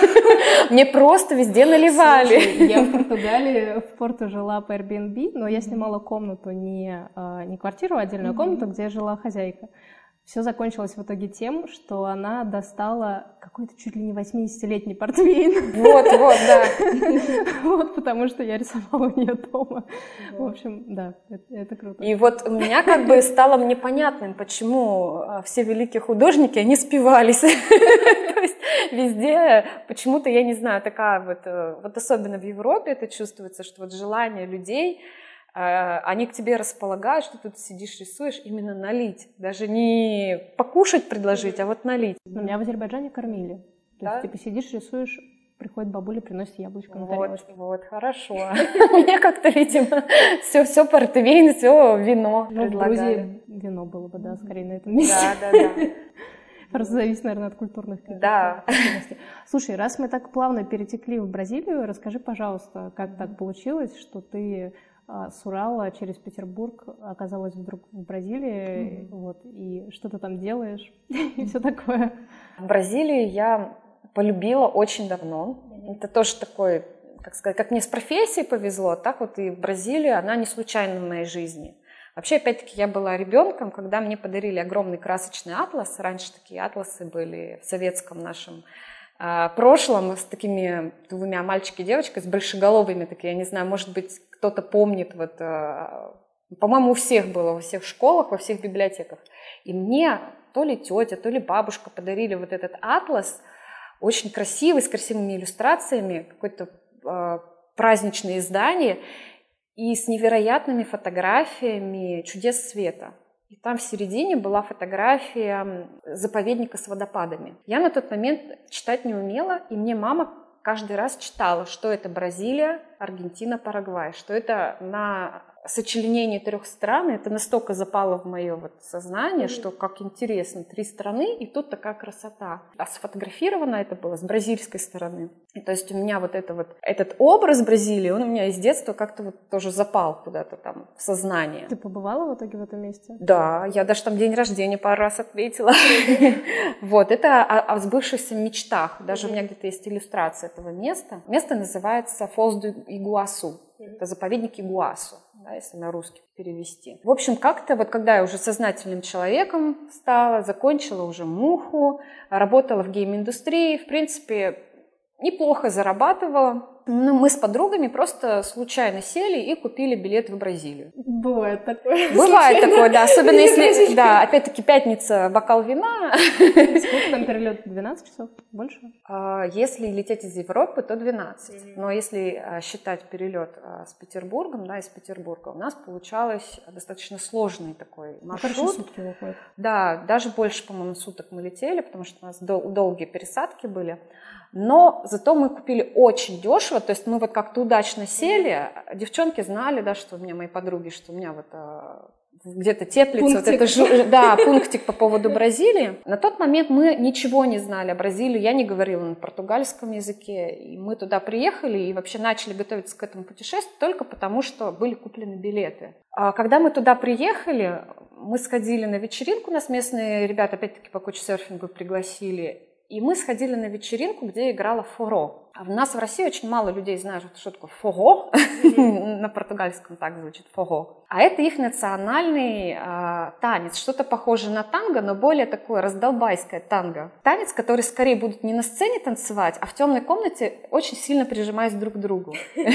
Мне просто везде наливали.
Я в Португалии, в Порту жила по Airbnb, но я снимала комнату, не, не квартиру, а отдельную комнату, где жила хозяйка. Все закончилось в итоге тем, что она достала какой-то чуть ли не восьмидесятилетний портвейн.
Вот, вот, да.
Вот, потому что я рисовала у нее дома. В общем, да, это, это круто.
И вот у меня как бы стало мне понятным, почему все великие художники, они спивались. То есть везде, почему-то, я не знаю, такая вот, вот особенно в Европе это чувствуется, что вот желание людей, они к тебе располагают, что ты сидишь, рисуешь, именно налить. Даже не покушать предложить, а вот налить.
Но меня в Азербайджане кормили. То
Да?
есть, типа, сидишь, рисуешь, приходит бабуля, приносит яблочко на
Вот,
тарелочке.
вот, хорошо. Меня как-то, видимо, все, все портвейн, все вино
Ну, в
предлагали.
Грузии вино было бы, да, скорее на этом месте.
Да, да, да.
Просто зависит, наверное, от культурных
Да.
особенностей. Слушай, раз мы так плавно перетекли в Бразилию, расскажи, пожалуйста, как так получилось, что ты с Урала через Петербург оказалась вдруг в Бразилии, mm-hmm. вот, и что ты там делаешь, и все такое.
Бразилию я полюбила очень давно. Mm-hmm. Это тоже такой, как сказать, как мне с профессией повезло, так вот и Бразилия, она не случайна в моей жизни. Вообще, опять-таки, я была ребенком, когда мне подарили огромный красочный атлас. Раньше такие атласы были в советском нашем э, прошлом с такими двумя мальчик и девочкой, с большеголовыми такие, я не знаю, может быть, кто-то помнит, вот, э, по-моему, у всех было, во всех школах, во всех библиотеках. И мне то ли тетя, то ли бабушка подарили вот этот атлас, очень красивый, с красивыми иллюстрациями, какое-то э, праздничное издание, и с невероятными фотографиями чудес света. И там в середине была фотография заповедника с водопадами. Я на тот момент читать не умела, и мне мама каждый раз читала, что это Бразилия, Аргентина, Парагвай, что это на сочленении трех стран. Это настолько запало в мое вот сознание, mm-hmm. что как интересно, три страны, и тут такая красота. А сфотографировано это было с бразильской стороны. И то есть у меня вот, это вот этот образ Бразилии, он у меня из детства как-то вот тоже запал куда-то там в сознание.
Ты побывала в итоге в этом месте?
Да, я даже там день рождения пару раз отметила. Вот, это о сбывшихся мечтах. Даже у меня где-то есть иллюстрация этого места. Место называется Фолс ду Игуасу. Это заповедник Игуасу, да, если на русский перевести. В общем, как-то вот когда я уже сознательным человеком стала, закончила уже МУХу, работала в гейм-индустрии, в принципе, неплохо зарабатывала. Ну, мы с подругами просто случайно сели и купили билет в Бразилию.
Бывает такое.
Бывает такое, да. Особенно если, да, опять-таки, пятница, бокал вина.
Сколько там перелет? двенадцать часов? Больше?
Если лететь из Европы, то двенадцать. Но если считать перелет с Петербургом, да, из Петербурга, у нас получалось достаточно сложный такой маршрут.
Хорошо, сутки выходит.
Да, даже больше, по-моему, суток мы летели, потому что у нас дол- долгие пересадки были. Но зато мы купили очень дешево, то есть мы вот как-то удачно сели, девчонки знали, да, что у меня мои подруги, что у меня вот а, где-то теплится вот это же, да, пунктик по поводу Бразилии. На тот момент мы ничего не знали о Бразилии, я не говорила на португальском языке, и мы туда приехали и вообще начали готовиться к этому путешествию только потому, что были куплены билеты. А когда мы туда приехали, мы сходили на вечеринку, нас местные ребята опять-таки по каучсерфингу пригласили. И мы сходили на вечеринку, где играла форо. А у нас в России очень мало людей знают, что такое фого. На португальском так звучит фого. А это их национальный э, танец. Что-то похожее на танго, но более такое раздолбайское танго. Танец, который скорее будут не на сцене танцевать, а в темной комнате очень сильно прижимаясь друг к другу.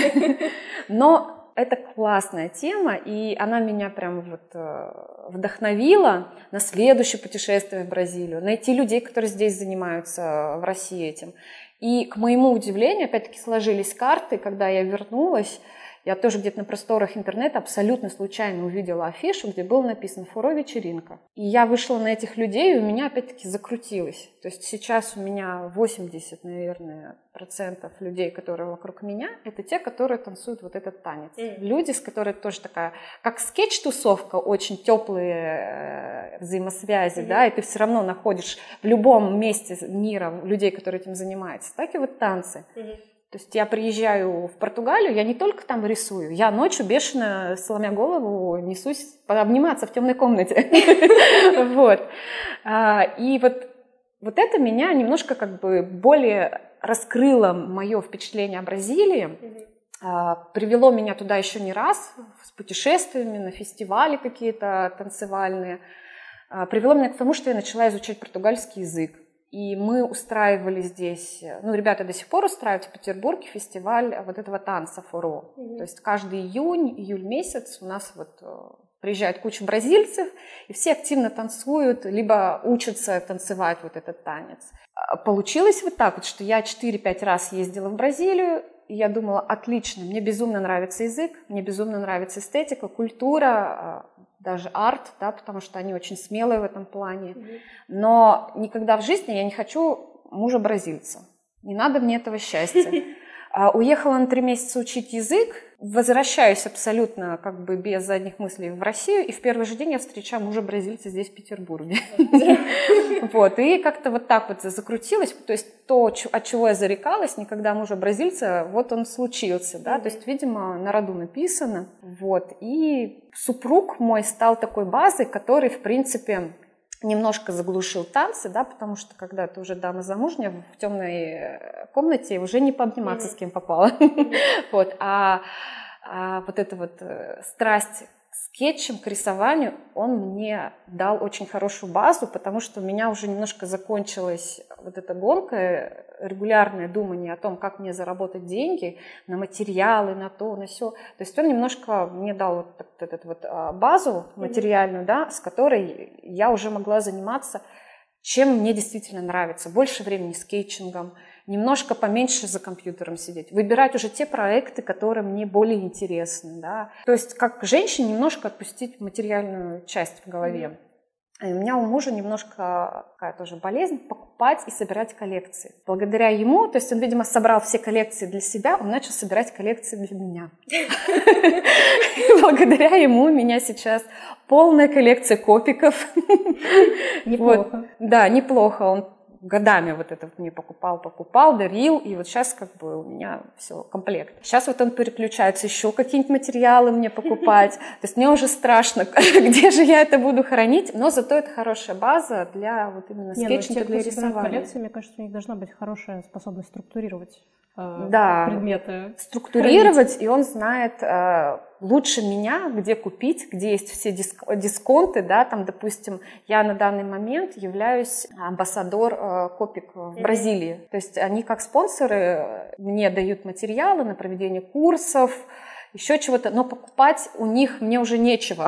Но это классная тема, и она меня прям вот э, вдохновила на следующее путешествие в Бразилию, найти людей, которые здесь занимаются в России этим. И, к моему удивлению, опять-таки сложились карты, когда я вернулась, я тоже где-то на просторах интернета абсолютно случайно увидела афишу, где было написано «Форо-вечеринка». И я вышла на этих людей, и у меня опять-таки закрутилось. То есть сейчас у меня восемьдесят, наверное, процентов людей, которые вокруг меня, это те, которые танцуют вот этот танец. Mm. Люди, с которыми тоже такая, как скетч-тусовка, очень теплые взаимосвязи, mm-hmm. да, и ты все равно находишь в любом месте мира людей, которые этим занимаются, так и вот танцы. Mm-hmm. То есть я приезжаю в Португалию, я не только там рисую, я ночью бешено, сломя голову, несусь обниматься в темной комнате. Вот. И вот, вот это меня немножко как бы более раскрыло мое впечатление о Бразилии, привело меня туда еще не раз, с путешествиями, на фестивали какие-то танцевальные. привело меня к тому, что я начала изучать португальский язык. И мы устраивали здесь, ну, ребята до сих пор устраивают в Петербурге фестиваль вот этого танца форо. Mm-hmm. То есть каждый июнь, июль месяц у нас вот приезжает куча бразильцев, и все активно танцуют, либо учатся танцевать вот этот танец. Получилось вот так вот, что я четыре-пять раз ездила в Бразилию, и я думала, отлично, мне безумно нравится язык, мне безумно нравится эстетика, культура, даже арт, да, потому что они очень смелые в этом плане. Mm-hmm. Но никогда в жизни я не хочу мужа-бразильца. Не надо мне этого счастья. Уехала на три месяца учить язык, возвращаюсь абсолютно как бы без задних мыслей в Россию, и в первый же день я встречаю мужа-бразильца здесь, в Петербурге. Вот, и как-то вот так вот закрутилось, то есть то, от чего я зарекалась, никогда мужа-бразильца, вот он случился, да, то есть, видимо, на роду написано, вот, и супруг мой стал такой базой, который, в принципе, немножко заглушил танцы, да, потому что когда ты уже дама замужняя, в темной комнате уже не пообниматься, mm-hmm. с кем попало. Mm-hmm. Вот. А, а вот эта вот страсть к скетчам, к рисованию, он мне дал очень хорошую базу, потому что у меня уже немножко закончилась вот эта гонка, регулярное думание о том, как мне заработать деньги на материалы, на то, на сё. То есть он немножко мне дал вот эту вот базу материальную, да, с которой я уже могла заниматься, чем мне действительно нравится. Больше времени скетчингом, немножко поменьше за компьютером сидеть, выбирать уже те проекты, которые мне более интересны. Да. То есть как женщине немножко отпустить материальную часть в голове. Mm-hmm. И у меня у мужа немножко такая тоже болезнь – покупать и собирать коллекции. Благодаря ему, то есть он, видимо, собрал все коллекции для себя, он начал собирать коллекции для меня. Благодаря ему у меня сейчас полная коллекция копиков.
Неплохо.
Да, неплохо. Он годами вот это мне покупал, покупал, дарил, и вот сейчас как бы у меня все, комплект. Сейчас вот он переключается, еще какие-нибудь материалы мне покупать, то есть мне уже страшно, где же я это буду хранить, но зато это хорошая база для вот именно скетчинга, для рисования.
Коллекции, мне кажется, у них должна быть хорошая способность структурировать э,
да,
предметы.
Структурировать, хранить. И он знает э, лучше меня, где купить, где есть все диск, дисконты, да, там, допустим, я на данный момент являюсь амбассадор э, Копик в mm-hmm. Бразилии, то есть они как спонсоры мне дают материалы на проведение курсов, еще чего-то, но покупать у них мне уже нечего.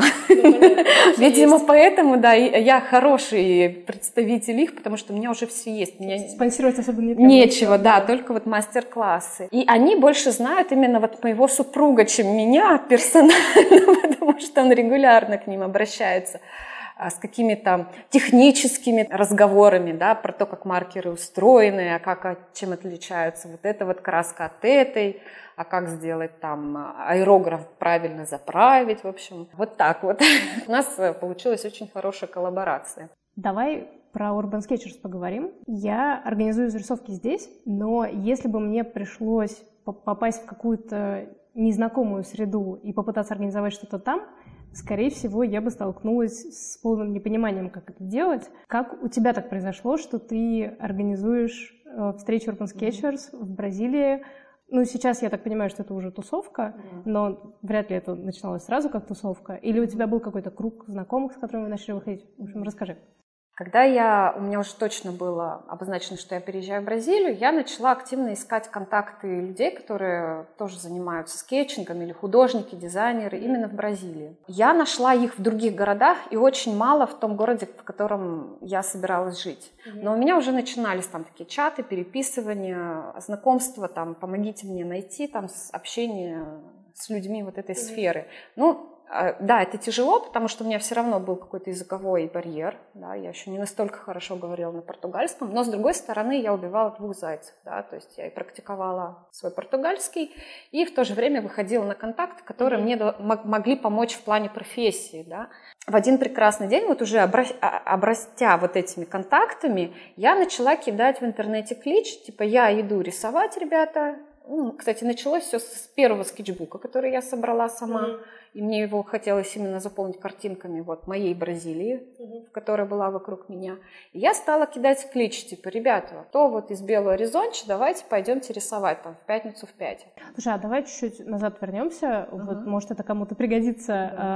Видимо, поэтому, да, я хороший представитель их, потому что у меня уже все есть.
Спонсировать особо не
нечего, да, только вот мастер-классы. И они больше знают именно вот моего супруга, чем меня персонально, потому что он регулярно к ним обращается с какими-то техническими разговорами, да, про то, как маркеры устроены, а как, чем отличаются вот эта вот краска от этой, а как сделать там аэрограф правильно заправить, в общем, вот так вот. У нас получилась очень хорошая коллаборация.
Давай про Urban Sketchers поговорим. Я организую зарисовки здесь, но если бы мне пришлось попасть в какую-то незнакомую среду и попытаться организовать что-то там, скорее всего, я бы столкнулась с полным непониманием, как это делать. Как у тебя так произошло, что ты организуешь встречу Urban Sketchers mm-hmm. в Бразилии? Ну, сейчас я так понимаю, что это уже тусовка, mm-hmm. но вряд ли это начиналось сразу как тусовка. Или у тебя был какой-то круг знакомых, с которыми вы начали выходить? В общем, расскажи.
Когда я, у меня уже точно было обозначено, что я переезжаю в Бразилию, я начала активно искать контакты людей, которые тоже занимаются скетчингом, или художники, дизайнеры, именно в Бразилии. Я нашла их в других городах и очень мало в том городе, в котором я собиралась жить. Но у меня уже начинались там такие чаты, переписывания, знакомства, там, помогите мне найти, там, общение с людьми вот этой сферы. Ну, да, это тяжело, потому что у меня все равно был какой-то языковой барьер, да, я еще не настолько хорошо говорила на португальском, но с другой стороны я убивала двух зайцев, да, то есть я и практиковала свой португальский, и в то же время выходила на контакты, которые mm-hmm. мне могли помочь в плане профессии, да. В один прекрасный день, вот уже обрастя вот этими контактами, я начала кидать в интернете клич, типа я иду рисовать, ребята. Ну, кстати, началось все с первого скетчбука, который я собрала сама. Mm-hmm. И мне его хотелось именно заполнить картинками вот моей Бразилии, mm-hmm. которая была вокруг меня. И я стала кидать клич, типа, ребята, кто вот из Белого Оризонча, давайте пойдемте рисовать там в пятницу в пять.
Слушай, а давай чуть-чуть назад вернемся. Uh-huh. Вот, может, это кому-то пригодится. Uh-huh.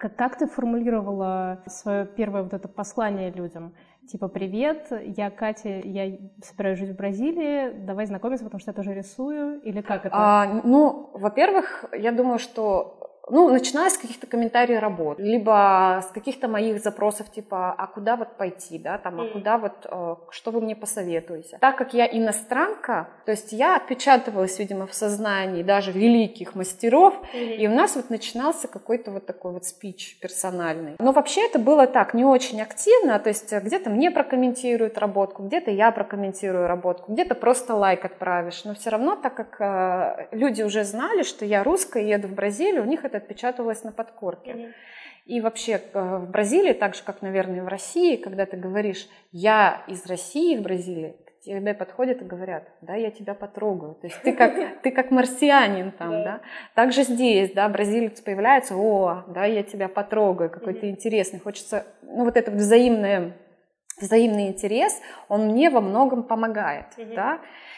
Как, как ты формулировала свое первое вот это послание людям? Типа, привет, я Катя, я собираюсь жить в Бразилии, давай знакомиться, потому что я тоже рисую, или как это?
А, ну, во-первых, я думаю, что, ну, начиная с каких-то комментариев работ, либо с каких-то моих запросов, типа, а куда вот пойти, да, там, а куда вот, э, что вы мне посоветуете? Так как я иностранка, то есть я отпечатывалась, видимо, в сознании даже великих мастеров, mm-hmm. и у нас вот начинался какой-то вот такой вот спич персональный. Но вообще это было так, не очень активно, то есть где-то мне прокомментируют работку, где-то я прокомментирую работку, где-то просто лайк отправишь, но все равно, так как э, люди уже знали, что я русская, еду в Бразилию, у них это отпечатывалось на подкорке. Mm-hmm. И вообще в Бразилии, так же, как, наверное, в России, когда ты говоришь «я из России в Бразилии», к тебе подходят и говорят «да, я тебя потрогаю». То есть ты как, ты как марсианин там, yeah. да. Также здесь, да, бразилец появляется «о, да, я тебя потрогаю», какой-то mm-hmm. интересный. Хочется, ну, вот этот взаимный, взаимный интерес, он мне во многом помогает, mm-hmm. да.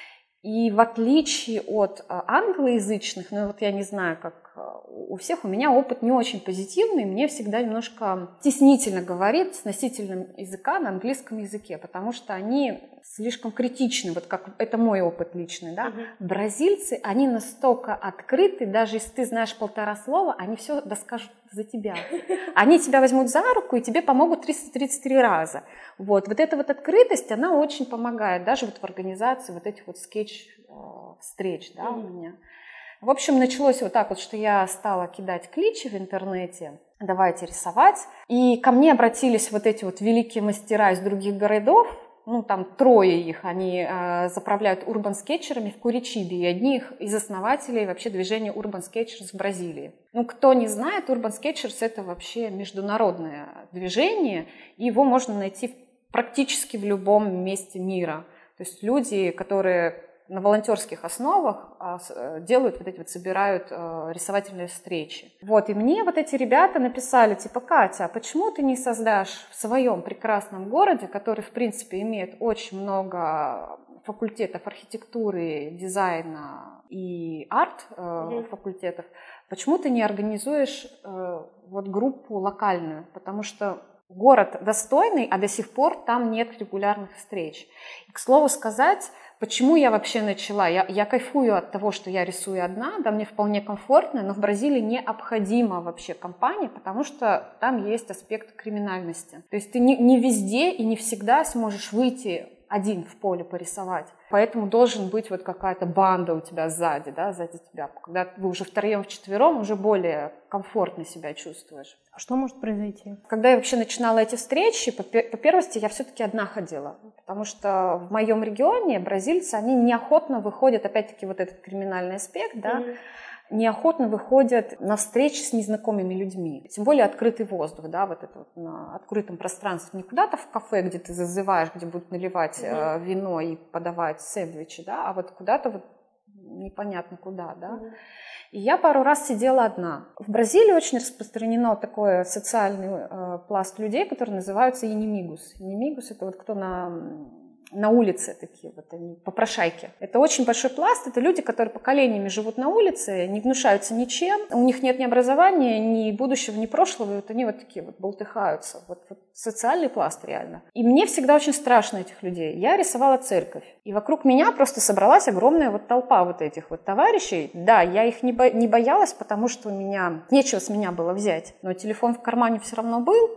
И в отличие от англоязычных, ну вот я не знаю, как у всех, у меня опыт не очень позитивный, мне всегда немножко стеснительно говорить с носителем языка на английском языке, потому что они слишком критичны, вот как это мой опыт личный, да. Uh-huh. Бразильцы, они настолько открыты, даже если ты знаешь полтора слова, они все доскажут за тебя. Они тебя возьмут за руку и тебе помогут триста тридцать три раза. Вот, вот эта вот открытость, она очень помогает, даже вот в организации вот этих вот скетч-встреч, да, uh-huh. у меня. В общем, началось вот так вот, что я стала кидать кличи в интернете, давайте рисовать. И ко мне обратились вот эти вот великие мастера из других городов, ну там трое их, они э, заправляют Urban Sketcher'ами в Куритибе, и одни из основателей вообще движения Urban Sketchers в Бразилии. Ну, кто не знает, Urban Sketchers — это вообще международное движение, и его можно найти практически в любом месте мира. То есть люди, которые на волонтерских основах делают вот эти вот, собирают рисовательные встречи. Вот, и мне вот эти ребята написали, типа, Катя, а почему ты не создашь в своем прекрасном городе, который, в принципе, имеет очень много факультетов архитектуры, дизайна и арт mm-hmm. факультетов, почему ты не организуешь вот группу локальную, потому что город достойный, а до сих пор там нет регулярных встреч. И, к слову сказать, почему я вообще начала? Я, я кайфую от того, что я рисую одна, да, мне вполне комфортно, но в Бразилии необходима вообще компания, потому что там есть аспект криминальности. То есть ты не, не везде и не всегда сможешь выйти один в поле порисовать. Поэтому должен быть вот какая-то банда у тебя сзади, да, сзади тебя. Когда вы уже втроем, вчетвером, уже более комфортно себя чувствуешь.
А что может произойти?
Когда я вообще начинала эти встречи, по, по первости я все-таки одна ходила, потому что в моем регионе бразильцы, они неохотно выходят, опять-таки вот этот криминальный аспект, да, mm-hmm. неохотно выходят на встречи с незнакомыми людьми. Тем более открытый воздух, да, вот это вот на открытом пространстве. Не куда-то в кафе, где ты зазываешь, где будут наливать mm-hmm. э, вино и подавать сэндвичи, да, а вот куда-то вот непонятно куда, да. Mm-hmm. И я пару раз сидела одна. В Бразилии очень распространено такой социальный э, пласт людей, которые называются инимигус. Инимигус — это вот кто на... на улице такие вот они, попрошайки. Это очень большой пласт, это люди, которые поколениями живут на улице, не гнушаются ничем, у них нет ни образования, ни будущего, ни прошлого, и вот они вот такие вот болтыхаются. Вот, вот социальный пласт реально. И мне всегда очень страшно этих людей. Я рисовала церковь, и вокруг меня просто собралась огромная вот толпа вот этих вот товарищей. Да, я их не, бо- не боялась, потому что у меня нечего с меня было взять, но телефон в кармане все равно был,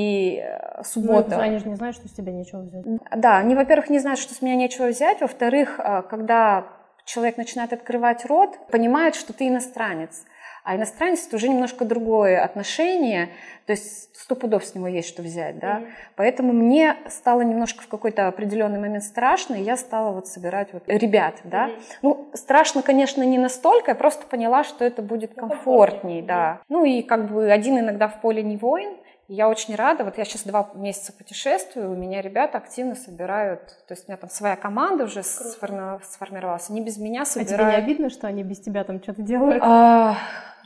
и суббота...
Ну, они же не знают, что с тебя нечего взять.
Да, они, во-первых, не знают, что с меня нечего взять, во-вторых, когда человек начинает открывать рот, понимает, что ты иностранец. А иностранец — это уже немножко другое отношение, то есть сто пудов с него есть что взять, да. Mm-hmm. Поэтому мне стало немножко в какой-то определенный момент страшно, и я стала вот собирать вот ребят, да. Mm-hmm. Ну, страшно, конечно, не настолько, я просто поняла, что это будет комфортней, mm-hmm. да. Ну и как бы один иногда в поле не воин. Я очень рада, вот я сейчас два месяца путешествую, у меня ребята активно собирают, то есть у меня там своя команда уже сформи- сформировалась, они без меня собирают.
А тебе не обидно, что они без тебя там что-то делают?
А,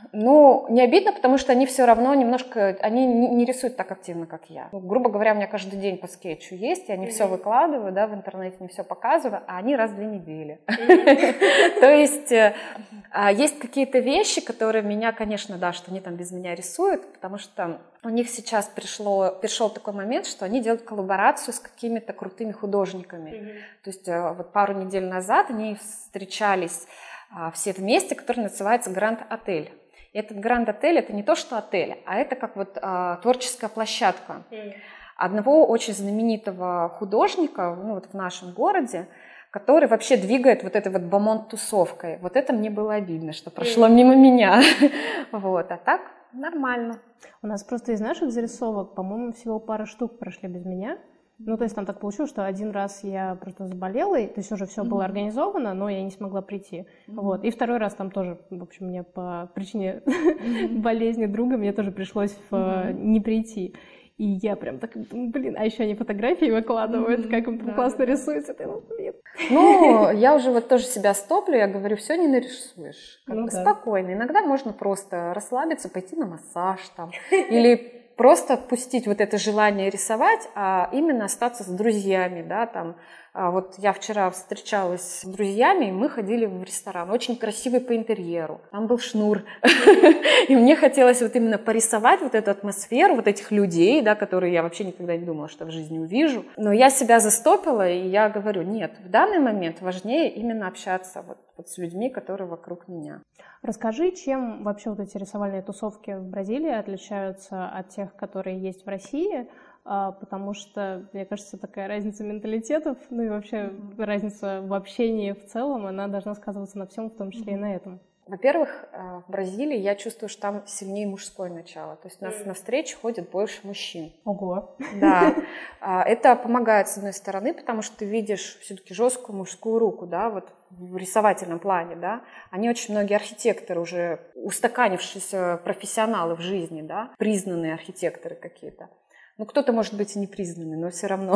Ну, не обидно, потому что они все равно немножко, они не рисуют так активно, как я. Ну, грубо говоря, у меня каждый день по скетчу есть, я не mm-hmm. все выкладываю, да, в интернете не все показываю, а они раз в две недели. Mm-hmm. То есть есть какие-то вещи, которые меня, конечно, да, что они там без меня рисуют, потому что у них сейчас пришло, пришел такой момент, что они делают коллаборацию с какими-то крутыми художниками. Mm-hmm. То есть вот пару недель назад они встречались все вместе, который называется Гранд Отель. И этот Гранд Отель — это не то, что отель, а это как вот а, творческая площадка mm. одного очень знаменитого художника, ну, вот в нашем городе, который вообще двигает вот этой вот бомонд-тусовкой. Вот это мне было обидно, что прошло mm. мимо меня. Вот, а так нормально.
У нас просто из наших зарисовок, по-моему, всего пара штук прошли без меня. Ну, то есть там так получилось, что один раз я просто заболела, и, то есть уже все mm-hmm. было организовано, но я не смогла прийти. Mm-hmm. Вот. И второй раз там тоже, в общем, мне по причине mm-hmm. болезни друга мне тоже пришлось mm-hmm. не прийти. И я прям так думаю, блин, а еще они фотографии выкладывают, mm-hmm. как им да, классно да. рисуется. Ты, ну, блин.
Ну, я уже вот тоже себя стоплю, я говорю, все не нарисуешь. Как ну, бы да. спокойно. Иногда можно просто расслабиться, пойти на массаж там, или просто отпустить вот это желание рисовать, а именно остаться с друзьями, да, там. А вот я вчера встречалась с друзьями, и мы ходили в ресторан, очень красивый по интерьеру, там был шнур, и мне хотелось вот именно порисовать вот эту атмосферу, вот этих людей, да, которые я вообще никогда не думала, что в жизни увижу, но я себя застопила, и я говорю, нет, в данный момент важнее именно общаться вот, вот с людьми, которые вокруг меня.
Расскажи, чем вообще вот эти рисовальные тусовки в Бразилии отличаются от тех, которые есть в России, потому что, мне кажется, такая разница менталитетов, ну и вообще mm-hmm. разница в общении в целом, она должна сказываться на всем, в том числе mm-hmm. и на этом.
Во-первых, в Бразилии я чувствую, что там сильнее мужское начало. То есть у нас mm. на встречи ходит больше мужчин.
Ого!
Да. Это помогает, с одной стороны, потому что ты видишь все-таки жесткую мужскую руку, да, вот в рисовательном плане, да. Они очень многие архитекторы, уже устаканившиеся профессионалы в жизни, да, признанные архитекторы какие-то. Ну, кто-то, может быть, и не признанный, но все равно.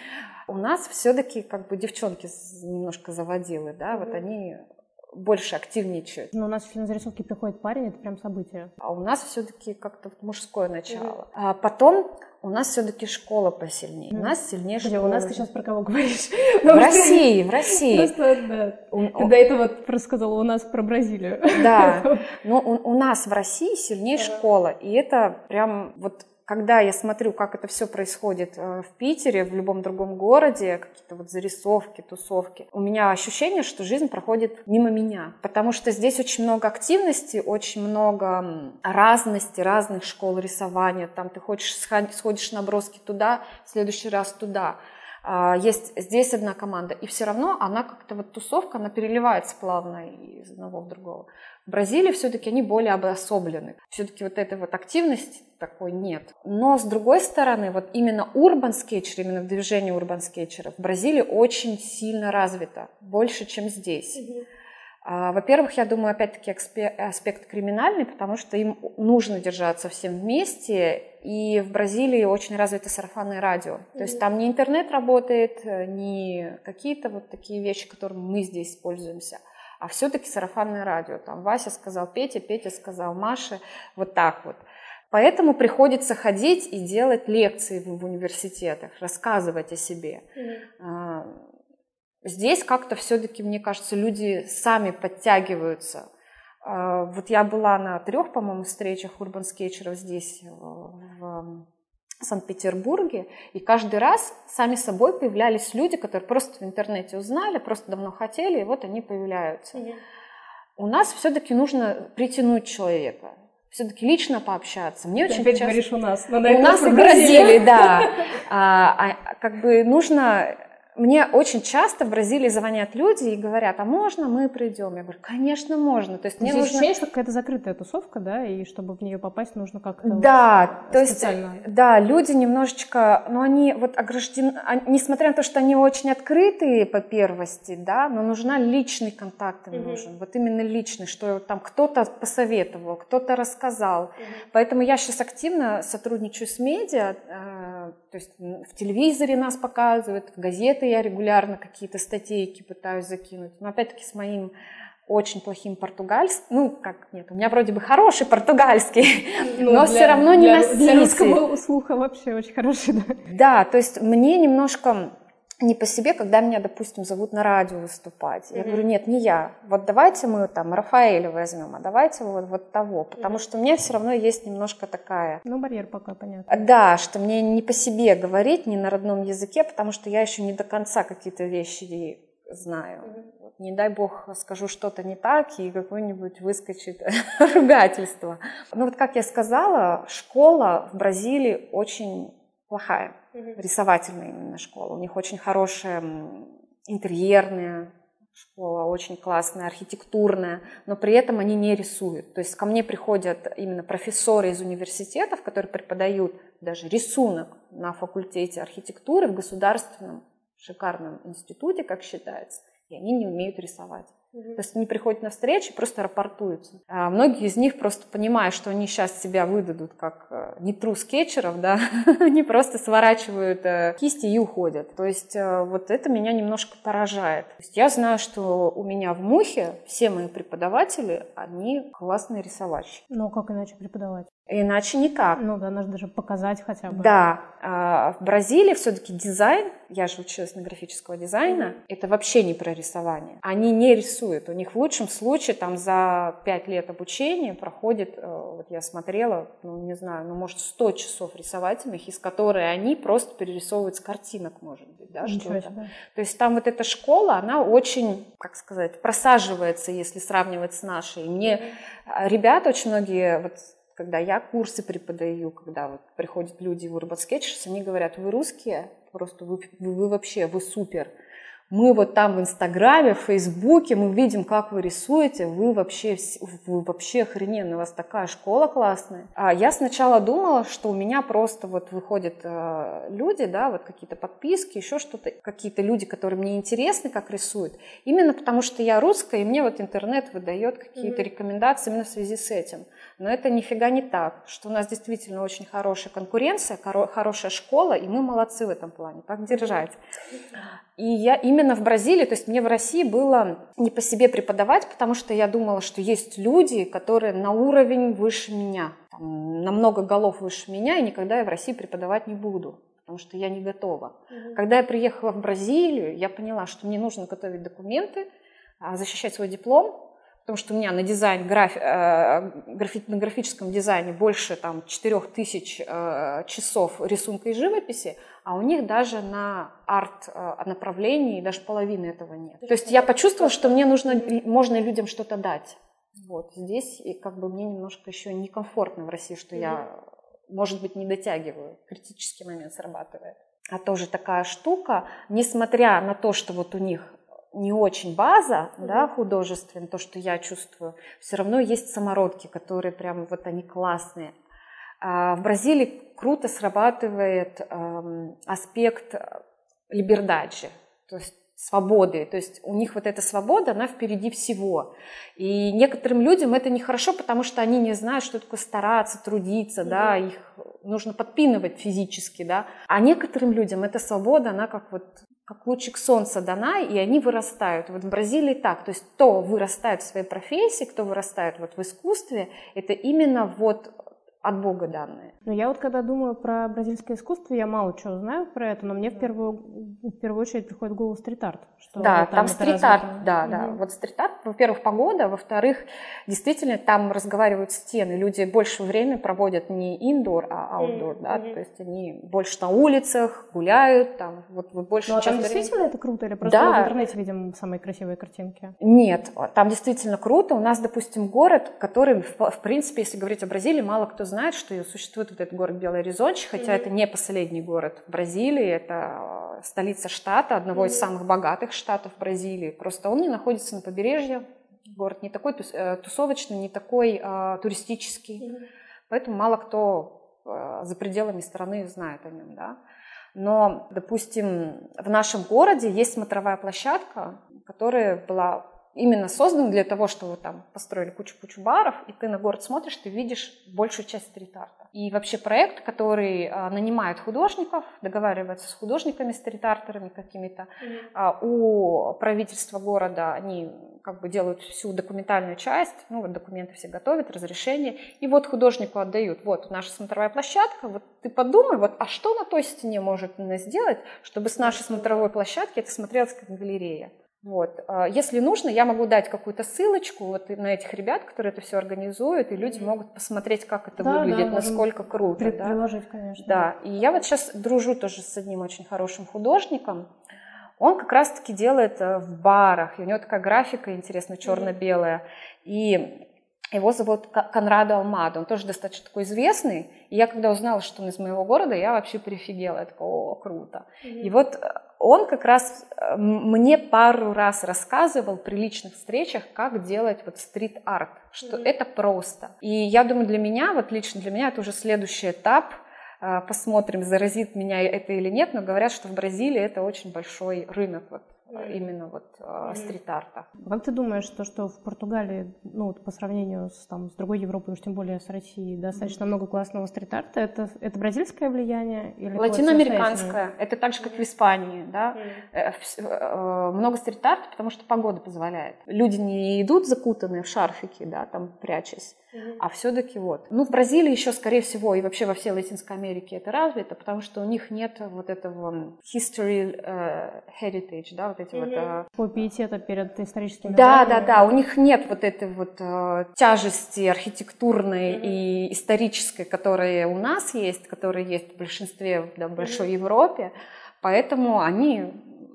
У нас все-таки как бы девчонки немножко заводилы, да, mm. вот они больше активничают.
Но у нас еще на зарисовке приходит парень, это прям событие.
А у нас все-таки как-то мужское начало. Mm. А потом у нас все-таки школа посильнее. Mm. У нас сильнее школа.
У нас ты сейчас про кого говоришь?
В России, в России.
Просто, да. Ты до этого просто сказала у нас про Бразилию.
Да, но у нас в России сильнее школа. И это прям вот... Когда я смотрю, как это все происходит в Питере, в любом другом городе, какие-то вот зарисовки, тусовки, у меня ощущение, что жизнь проходит мимо меня. Потому что здесь очень много активности, очень много разности, разных школ рисования. Там ты хочешь сходишь наброски туда, в следующий раз туда. Есть здесь одна команда, и все равно она как-то вот тусовка, она переливается плавно из одного в другого. В Бразилии все-таки они более обособлены. Все-таки вот этой вот активности такой нет. Но с другой стороны, вот именно урбан скетчер, именно движение урбан скетчеров в Бразилии очень сильно развито, больше, чем здесь. Mm-hmm. Во-первых, я думаю, опять-таки аспект криминальный, потому что им нужно держаться всем вместе, и в Бразилии очень развито сарафанное радио. Mm-hmm. То есть там не интернет работает, не какие-то вот такие вещи, которыми мы здесь пользуемся, а все-таки сарафанное радио. Там Вася сказал Пете, Петя сказал Маше, вот так вот. Поэтому приходится ходить и делать лекции в университетах, рассказывать о себе. Mm-hmm. Здесь как-то все-таки, мне кажется, люди сами подтягиваются. Вот я была на трех, по-моему, встречах урбан-скетчеров здесь, в Санкт-Петербурге, и каждый раз сами собой появлялись люди, которые просто в интернете узнали, просто давно хотели, и вот они появляются. Mm-hmm. У нас все-таки нужно притянуть человека. Все-таки лично пообщаться. Мне
Ты
очень
опять
часто...
говоришь у нас.
У нас в Бразилии, да. А, а, как бы нужно... Мне очень часто в Бразилии звонят люди и говорят, а можно мы придем? Я говорю, конечно, можно. То есть мне
Здесь
нужно...
ощущение, что какая-то закрытая тусовка, да, и чтобы в нее попасть, нужно как-то...
Да,
вот
то есть, да, люди немножечко, ну, они вот ограждены, несмотря на то, что они очень открытые по первости, да, но нужна личный контакт им mm-hmm. нужен, вот именно личный, что там кто-то посоветовал, кто-то рассказал. Mm-hmm. Поэтому я сейчас активно сотрудничаю с медиа, э, то есть в телевизоре нас показывают, в газеты я регулярно какие-то статейки пытаюсь закинуть, но опять-таки с моим очень плохим португальским. Ну, как нет, у меня вроде бы хороший португальский,
ну,
но
для,
все равно не
для,
на
для русского слуха вообще очень хороший, да.
Да, то есть мне немножко не по себе, когда меня, допустим, зовут на радио выступать. Я mm-hmm. говорю, нет, не я. Вот давайте мы там Рафаэля возьмем, а давайте вот, вот того. Потому mm-hmm. что у меня все равно есть немножко такая...
Ну, барьер пока, понятно.
Да, что мне не по себе говорить, не на родном языке, потому что я еще не до конца какие-то вещи знаю. Mm-hmm. Не дай бог скажу что-то не так, и какое-нибудь выскочит ругательство. Ну вот как я сказала, школа в Бразилии очень плохая. Mm-hmm. Рисовательная именно школа. У них очень хорошая интерьерная школа, очень классная, архитектурная, но при этом они не рисуют. То есть ко мне приходят именно профессоры из университетов, которые преподают даже рисунок на факультете архитектуры в государственном шикарном институте, как считается, и они не умеют рисовать. Mm-hmm. То есть они приходят на встречи, просто рапортуются. А многие из них просто понимая, что они сейчас себя выдадут как не тру скетчеров, да, они просто сворачивают кисти и уходят. То есть вот это меня немножко поражает. То есть я знаю, что у меня в МУХе все мои преподаватели, они классные рисовальщики.
Но как иначе преподавать?
Иначе никак.
Ну да, нужно даже показать хотя бы.
Да, а в Бразилии все-таки дизайн, я же училась на графического дизайна, mm-hmm. это вообще не про рисование. Они не рисуют. У них в лучшем случае там за пять лет обучения проходит, вот я смотрела, ну не знаю, ну может сто часов рисовательных, из которых они просто перерисовывают с картинок, может быть, да,
Ничего
что-то.
себе.
То есть там вот эта школа, она очень, как сказать, просаживается, если сравнивать с нашей. И мне mm-hmm. ребята очень многие, вот когда я курсы преподаю, когда вот приходят люди в Urban Sketchers, они говорят, вы русские, просто вы, вы вообще, вы супер. Мы вот там в Инстаграме, в Фейсбуке, мы видим, как вы рисуете, вы вообще, вы вообще охрененно, у вас такая школа классная. А я сначала думала, что у меня просто вот выходят э, люди, да, вот какие-то подписки, еще что-то, какие-то люди, которые мне интересны, как рисуют, именно потому что я русская, и мне вот интернет выдает какие-то mm-hmm. рекомендации именно в связи с этим. Но это нифига не так, что у нас действительно очень хорошая конкуренция, хоро- хорошая школа, и мы молодцы в этом плане, так держать. И я именно в Бразилии, то есть мне в России было не по себе преподавать, потому что я думала, что есть люди, которые на уровень выше меня, там, на много голов выше меня, и никогда я в России преподавать не буду, потому что я не готова. Mm-hmm. Когда я приехала в Бразилию, я поняла, что мне нужно готовить документы, защищать свой диплом, потому что у меня на дизайн, граф, э, графи, на графическом дизайне больше там, четырех тысяч э, часов рисунка и живописи, а у них даже на арт-направлении даже половины этого нет. То есть я почувствовала, что мне нужно, можно людям что-то дать. Вот здесь и как бы мне немножко еще некомфортно в России, что я, может быть, не дотягиваю, критический момент срабатывает. А тоже такая штука, несмотря на то, что вот у них не очень база, mm-hmm. да, художественная, то, что я чувствую, все равно есть самородки, которые прям вот они классные. А в Бразилии круто срабатывает эм, аспект либердаджи, то есть свободы. То есть у них вот эта свобода, она впереди всего. И некоторым людям это нехорошо, потому что они не знают, что такое стараться, трудиться, mm-hmm. да, их нужно подпинывать физически, да. А некоторым людям эта свобода, она как вот как лучик солнца дана, и они вырастают. Вот в Бразилии так. То есть кто вырастает в своей профессии, кто вырастает вот в искусстве, это именно вот от Бога данные.
Но я вот когда думаю про бразильское искусство, я мало чего знаю про это, но мне в первую, в первую очередь приходит в голову стрит-арт. Что
да,
там,
там стрит-арт, да, угу. да. Вот стрит-арт, во-первых, погода, во-вторых, действительно там разговаривают стены. Люди больше времени проводят не indoor, а outdoor, mm-hmm. да, то есть они больше на улицах гуляют, там, вот, вот больше.
Ну, а там действительно это круто или просто
да.
в интернете видим самые красивые картинки?
Нет, там действительно круто. У нас, допустим, город, который, в принципе, если говорить о Бразилии, мало кто знает, что существует вот этот город Белый Оризонти, хотя mm-hmm. это не последний город в Бразилии, это столица штата, одного mm-hmm. из самых богатых штатов Бразилии. Просто он не находится на побережье, город не такой тусовочный, не такой а, туристический, mm-hmm. поэтому мало кто а, за пределами страны знает о нем, да. Но, допустим, в нашем городе есть смотровая площадка, которая была именно создан для того, что вот там построили кучу-кучу баров, и ты на город смотришь, ты видишь большую часть стрит-арта. И вообще проект, который а, нанимает художников, договаривается с художниками, стрит-артерами какими-то, mm-hmm. а, у правительства города они как бы делают всю документальную часть, ну вот документы все готовят, разрешение, и вот художнику отдают, вот наша смотровая площадка, вот ты подумай, вот, а что на той стене может она сделать, чтобы с нашей смотровой площадки это смотрелось как галерея. Вот. Если нужно, я могу дать какую-то ссылочку вот на этих ребят, которые это все организуют, и люди могут посмотреть, как это
да,
выглядит,
да,
насколько круто.
При-
да?
Приложить, конечно.
Да, и я вот сейчас дружу тоже с одним очень хорошим художником. Он как раз-таки делает в барах, и у него такая графика интересная, черно-белая. И его зовут Конрадо Алмадо, он тоже достаточно такой известный. И я когда узнала, что он из моего города, я вообще прифигела, я такая, о, круто. Mm-hmm. И вот он как раз мне пару раз рассказывал при личных встречах, как делать вот стрит-арт, что mm-hmm. это просто. И я думаю, для меня, вот лично для меня, это уже следующий этап. Посмотрим, заразит меня это или нет, но говорят, что в Бразилии это очень большой рынок вот, mm-hmm. именно вот mm-hmm. стрит-арта.
Как ты думаешь, то, что в Португалии, ну вот по сравнению с, там, с другой Европой, уж тем более с Россией, достаточно mm-hmm. много классного стрит-арта, это, это бразильское влияние? Или
латиноамериканское. Это так же, как в Испании. Да? Mm-hmm. Много стрит-арта, потому что погода позволяет. Люди не идут закутанные в шарфики, да, там прячась. Mm-hmm. А все-таки вот. Ну, в Бразилии еще, скорее всего, и вообще во всей Латинской Америке это развито, потому что у них нет вот этого history uh, heritage, да, вот эти mm-hmm.
вот... Uh... пиетета перед историческими
Да, зданиями. Да, да, у них нет вот этой вот uh, тяжести архитектурной mm-hmm. и исторической, которая у нас есть, которая есть в большинстве, да, в большой mm-hmm. Европе, поэтому они...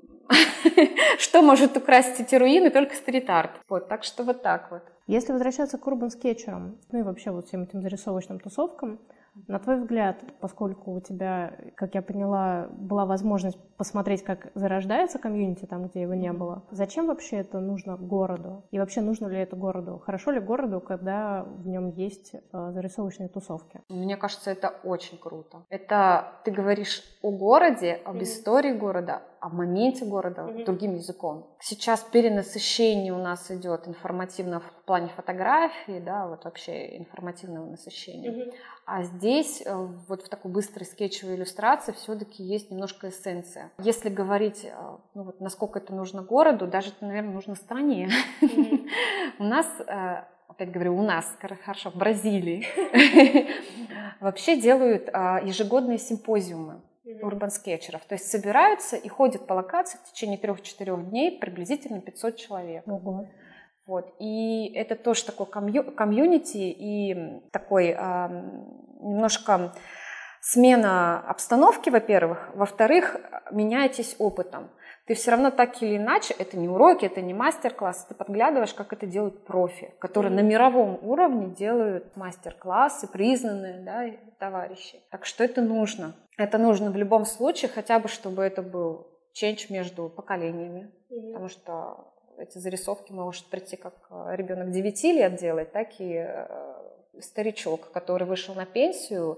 Что может украсть эти руины? Только стрит-арт. Вот, так что вот так вот.
Если возвращаться к урбан-скетчерам, ну и вообще вот всем этим зарисовочным тусовкам, на твой взгляд, поскольку у тебя, как я поняла, была возможность посмотреть, как зарождается комьюнити там, где его не было, зачем вообще это нужно городу? И вообще нужно ли это городу? Хорошо ли городу, когда в нем есть э, зарисовочные тусовки?
Мне кажется, это очень круто. Это ты говоришь о городе, об mm-hmm. истории города, о моменте города mm-hmm. другим языком. Сейчас перенасыщение у нас идет информативно в плане фотографии, да, вот вообще информативного насыщения. Mm-hmm. А здесь вот в такой быстрой скетчевой иллюстрации все-таки есть немножко эссенция. Если говорить, ну вот насколько это нужно городу, даже это, наверное, нужно стране. Mm-hmm. У нас, опять говорю, у нас, хорошо, в Бразилии вообще делают ежегодные симпозиумы урбан-скетчеров. То есть собираются и ходят по локации в течение трех-четырех дней приблизительно пятьсот человек.
Ого.
Вот. И это тоже такой комью- комьюнити и такой э, немножко смена обстановки, во-первых. Во-вторых, меняетесь опытом. Ты все равно так или иначе, это не уроки, это не мастер-класс, ты подглядываешь, как это делают профи, которые mm-hmm. на мировом уровне делают мастер-классы, признанные, да, товарищи. Так что это нужно. Это нужно в любом случае, хотя бы, чтобы это был чендж между поколениями, mm-hmm. потому что эти зарисовки может прийти как ребенок девяти лет делать, так и старичок, который вышел на пенсию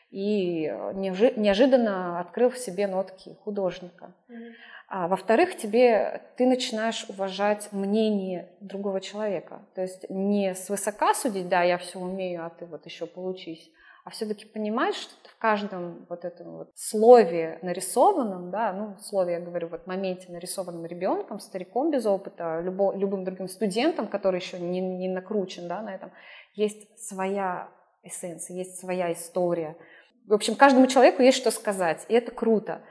и неожиданно открыл в себе нотки художника. Mm-hmm. А во-вторых, тебе, ты начинаешь уважать мнение другого человека. То есть не свысока судить, да, я все умею, а ты вот еще поучись, а все-таки понимаешь, что ты в каждом вот этом вот слове нарисованном, да, ну, слове, я говорю, вот моменте нарисованном ребенком, стариком без опыта, любо, любым другим студентом, который еще не, не накручен, да, на этом, есть своя эссенция, есть своя история. В общем, каждому человеку есть что сказать, и это круто.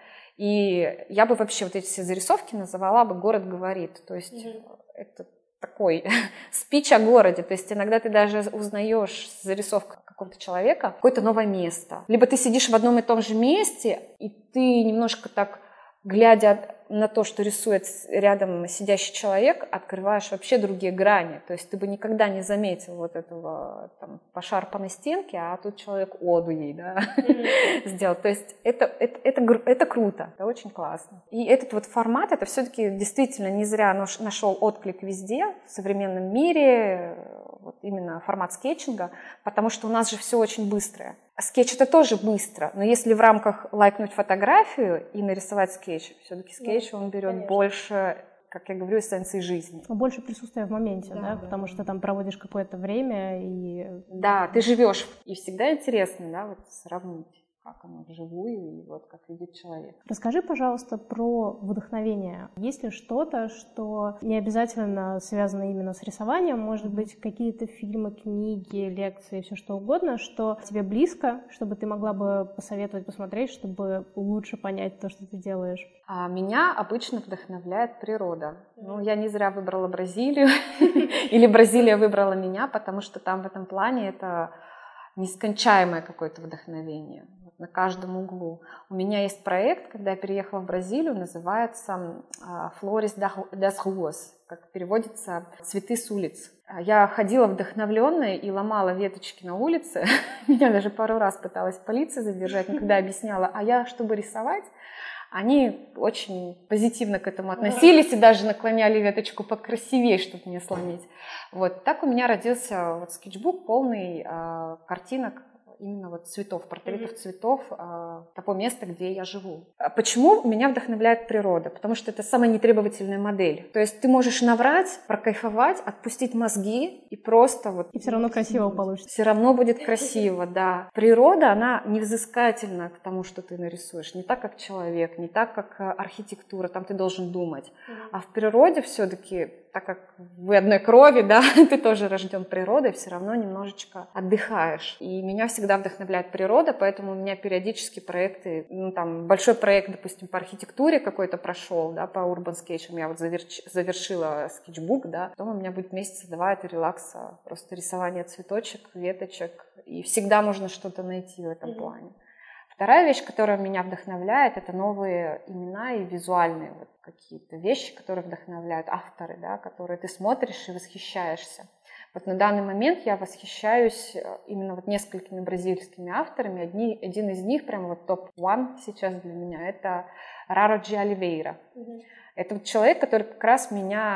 И я бы вообще вот эти все зарисовки называла бы «Город говорит». То есть mm-hmm. это такой спич о городе. То есть иногда ты даже узнаешь зарисовку какого-то человека, какое-то новое место. Либо ты сидишь в одном и том же месте, и ты немножко так, глядя на то, что рисует рядом сидящий человек, открываешь вообще другие грани. То есть ты бы никогда не заметил вот этого там, пошарпанной стенки, а тут человек оду ей, да, mm-hmm. сделал. То есть это, это, это, это круто, это очень классно. И этот вот формат, это все-таки действительно не зря нашел отклик везде, в современном мире, вот именно формат скетчинга, потому что у нас же все очень быстрое. Скетч это тоже быстро, но если в рамках лайкнуть фотографию и нарисовать скетч, все-таки скетч, он берет Конечно. больше как я говорю, эссенцией жизни.
Больше присутствия в моменте, да,
да,
да потому
да.
что там проводишь какое-то время и...
Да, ты живешь, и всегда интересно, да, вот сравнить, как оно вживую и вот как видит человек.
Расскажи, пожалуйста, про вдохновение. Есть ли что-то, что не обязательно связано именно с рисованием, может быть, какие-то фильмы, книги, лекции, все что угодно, что тебе близко, чтобы ты могла бы посоветовать, посмотреть, чтобы лучше понять то, что ты делаешь?
А меня обычно вдохновляет природа. Ну, я не зря выбрала Бразилию, или Бразилия выбрала меня, потому что там в этом плане это нескончаемое какое-то вдохновение. На каждом углу. У меня есть проект, когда я переехала в Бразилию, называется «Flores das Ruas», как переводится «Цветы с улиц». Я ходила вдохновленная и ломала веточки на улице. Меня даже пару раз пыталась полиция задержать, но когда объясняла, а я, чтобы рисовать, они очень позитивно к этому относились и даже наклоняли веточку покрасивее, чтобы не сломить. Вот так у меня родился вот скетчбук, полный э, картинок, именно вот цветов, портретов mm-hmm. цветов э, того места, где я живу. Почему меня вдохновляет природа? Потому что это самая нетребовательная модель. То есть ты можешь наврать, прокайфовать, отпустить мозги и просто вот...
И все равно красиво получится.
Все равно будет красиво, да. Природа, она невзыскательна к тому, что ты нарисуешь. Не так, как человек, не так, как архитектура, там ты должен думать. Mm-hmm. А в природе все-таки, так как вы одной крови, да, ты тоже рожден природой, все равно немножечко отдыхаешь. И меня всегда вдохновляет природа, поэтому у меня периодически проекты, ну там большой проект, допустим, по архитектуре какой-то прошел, да, по урбан скетчам, я вот заверш... завершила скетчбук, да, потом у меня будет месяца два это релакса, просто рисование цветочек, веточек, и всегда можно что-то найти в этом mm-hmm. плане. Вторая вещь, которая меня вдохновляет, это новые имена и визуальные вот какие-то вещи, которые вдохновляют, авторы, да, которые ты смотришь и восхищаешься. Вот на данный момент я восхищаюсь именно вот несколькими бразильскими авторами. Одни, один из них, прям вот топ-один сейчас для меня, это Раро Джи Оливейра. Mm-hmm. Это вот человек, который как раз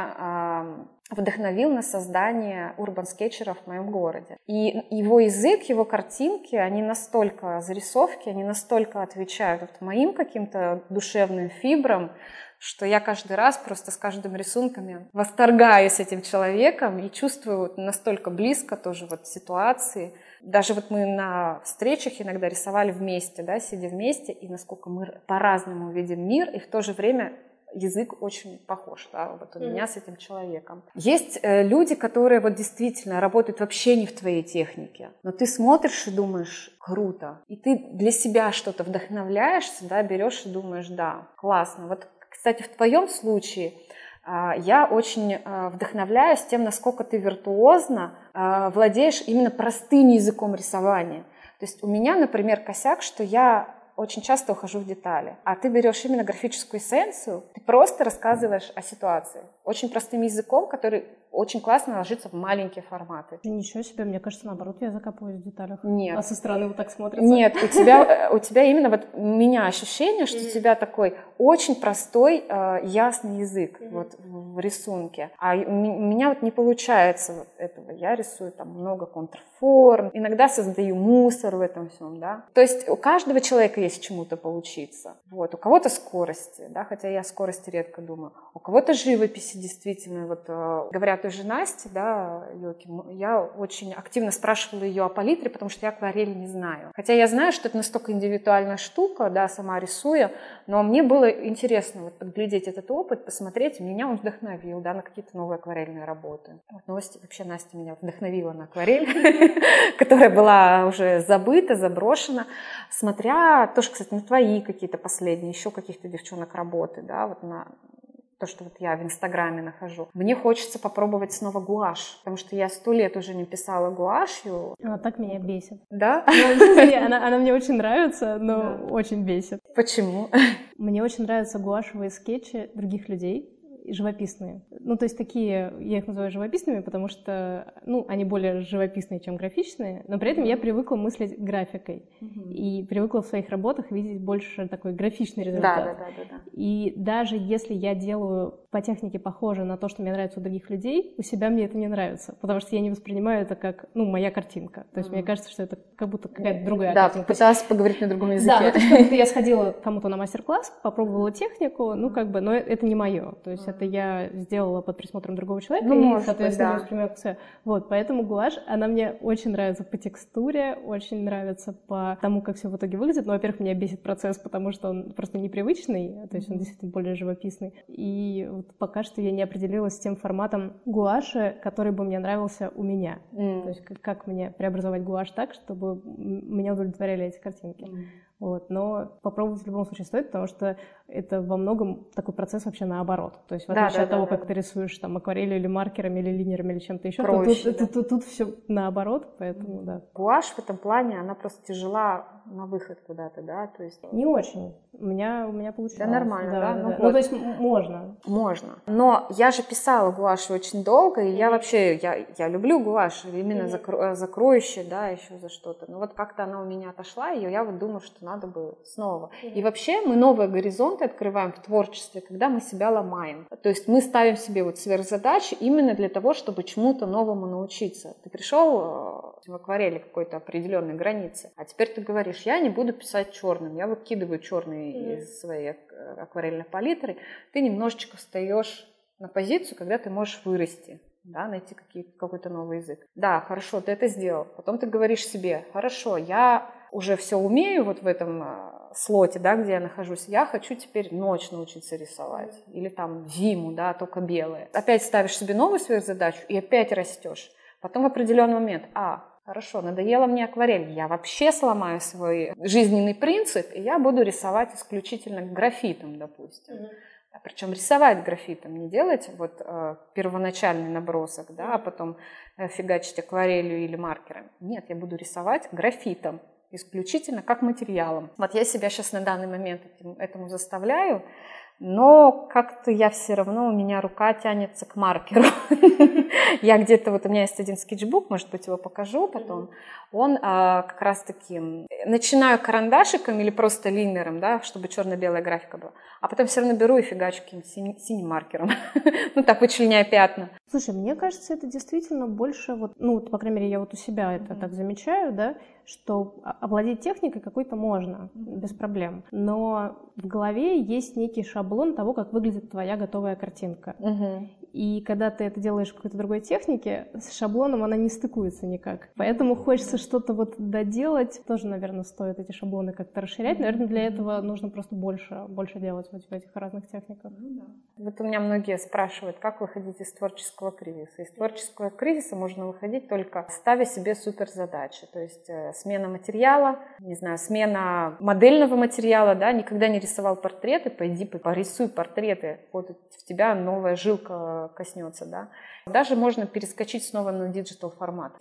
меня э, вдохновил на создание урбан-скетчеров в моем городе. И его язык, его картинки, они настолько, зарисовки, они настолько отвечают вот моим каким-то душевным фибрам, что я каждый раз просто с каждым рисунком восторгаюсь этим человеком и чувствую вот настолько близко тоже вот ситуации. Даже вот мы на встречах иногда рисовали вместе, да, сидя вместе, и насколько мы по-разному видим мир, и в то же время язык очень похож, да, вот у mm-hmm. меня с этим человеком. Есть э, люди, которые вот действительно работают вообще не в твоей технике, но ты смотришь и думаешь, круто, и ты для себя что-то вдохновляешься, да, берешь и думаешь, да, классно. Вот, кстати, в твоем случае э, я очень э, вдохновляюсь тем, насколько ты виртуозно э, владеешь именно простым языком рисования. То есть у меня, например, косяк, что я очень часто ухожу в детали. А ты берешь именно графическую эссенцию, ты просто рассказываешь о ситуации. Очень простым языком, который очень классно ложится в маленькие форматы.
Ничего себе, мне кажется, наоборот, я закапываюсь в деталях.
Нет.
А со стороны вот так смотрится.
Нет, у тебя, у тебя именно вот у меня ощущение, что mm-hmm. у тебя такой очень простой, ясный язык mm-hmm. вот в рисунке. А у меня вот не получается вот этого. Я рисую там много контрформ, иногда создаю мусор в этом всем, да. То есть у каждого человека есть чему-то поучиться. Вот. У кого-то скорости, да, хотя я о скорости редко думаю. У кого-то живописи действительно, вот говорят, той же Насте, да, Йоким, я очень активно спрашивала ее о палитре, потому что я акварель не знаю. Хотя я знаю, что это настолько индивидуальная штука, да, сама рисуя, но мне было интересно вот подглядеть этот опыт, посмотреть, и меня он вдохновил, да, на какие-то новые акварельные работы. Вот новости, вообще Настя меня вдохновила на акварель, которая была уже забыта, заброшена, смотря тоже, кстати, на твои какие-то последние, еще каких-то девчонок работы, да, вот на то, что вот я в Инстаграме нахожу. Мне хочется попробовать снова гуашь, потому что я сто лет уже не писала гуашью.
Она так меня бесит.
Да?
Она, она мне очень нравится, но да. очень бесит.
Почему?
Мне очень нравятся гуашевые скетчи других людей, живописные. Ну, то есть такие, я их называю живописными, потому что, ну, они более живописные, чем графичные, но при этом mm-hmm. я привыкла мыслить графикой mm-hmm. и привыкла в своих работах видеть больше такой графичный результат.
Да, да, да, да, да.
И даже если я делаю по технике похоже на то, что мне нравится у других людей, у себя мне это не нравится, потому что я не воспринимаю это как, ну, моя картинка. То есть mm-hmm. мне кажется, что это как будто какая-то другая
да,
картинка.
Да, пыталась поговорить на другом языке.
Да, ну, то есть я сходила кому-то на мастер-класс, попробовала технику, ну, как бы, но это не мое. То есть mm-hmm. это я сделала под присмотром другого человека, ну, и, соответственно, быть, да. воспринимаю как свое. Вот, поэтому гуашь, она мне очень нравится по текстуре, очень нравится по тому, как все в итоге выглядит. Ну, во-первых, меня бесит процесс, потому что он просто непривычный, то есть он действительно более живописный. И вот пока что я не определилась с тем форматом гуаши, который бы мне нравился у меня. Mm. То есть как, как мне преобразовать гуашь так, чтобы меня удовлетворяли эти картинки. Mm. Вот. Но попробовать в любом случае стоит, потому что это во многом такой процесс вообще наоборот. То есть в отличие да, да, от того, да, как да. ты рисуешь там акварелью или маркерами, или линерами, или чем-то еще, Проще, то тут, да. тут, тут, тут все наоборот, поэтому да.
Гуашь в этом плане, она просто тяжела на выход куда-то, да? То есть...
Не очень. У меня, у меня получилось.
Да, нормально, да?
да?
да,
ну,
да.
Вот. ну, то есть можно.
Можно. Но я же писала гуашью очень долго, и я вообще, я, я люблю гуашь, именно mm-hmm. закро, закроющую, да, еще за что-то. Но вот как-то она у меня отошла, и я вот думаю, что надо бы снова. Mm-hmm. И вообще мы новые горизонты открываем в творчестве, когда мы себя ломаем. То есть мы ставим себе вот сверхзадачи именно для того, чтобы чему-то новому научиться. Ты пришел в акварели какой-то определенной границы, а теперь ты говоришь, я не буду писать черным, я выкидываю черный mm-hmm. из своей акварельной палитры. Ты немножечко встаешь на позицию, когда ты можешь вырасти, да, найти какие, какой-то новый язык. Да, хорошо, ты это сделал. Потом ты говоришь себе, хорошо, я уже все умею вот в этом слоте, да, где я нахожусь, я хочу теперь ночь научиться рисовать. Или там зиму, да, только белое. Опять ставишь себе новую сверхзадачу и опять растешь. Потом в определенный момент, а, хорошо, надоела мне акварель, я вообще сломаю свой жизненный принцип, и я буду рисовать исключительно графитом, допустим. Mm-hmm. А причем рисовать графитом, не делать вот э, первоначальный набросок, да, а потом э, фигачить акварелью или маркером. Нет, я буду рисовать графитом, исключительно как материалом. Вот я себя сейчас на данный момент этим, этому заставляю, но как-то я все равно, у меня рука тянется к маркеру. Я где-то, вот у меня есть один скетчбук, может быть, его покажу потом. Он а, как раз-таки, начинаю карандашиком или просто линером, да, чтобы черно-белая графика была, а потом все равно беру и фигачу каким-то синим, синим маркером. Ну, так, вычленяя пятна.
Слушай, мне кажется, это действительно больше, вот, ну, по крайней мере, я вот у себя это mm-hmm. так замечаю, да, что овладеть техникой какой-то можно, mm-hmm. без проблем. Но в голове есть некий шаблон того, как выглядит твоя готовая картинка. Mm-hmm. И когда ты это делаешь в какой-то другой технике, с шаблоном она не стыкуется никак. Поэтому хочется что-то вот доделать. Тоже, наверное, стоит эти шаблоны как-то расширять. Наверное, для этого нужно просто больше, больше делать вот в этих разных техниках.
Вот у меня многие спрашивают, как выходить из творческого кризиса. Из творческого кризиса можно выходить только ставя себе суперзадачи. То есть смена материала, не знаю, смена модельного материала, да, никогда не рисовал портреты, пойди порисуй портреты. Вот в тебя новая жилка коснется, да. Даже можно перескочить снова на диджитал формат.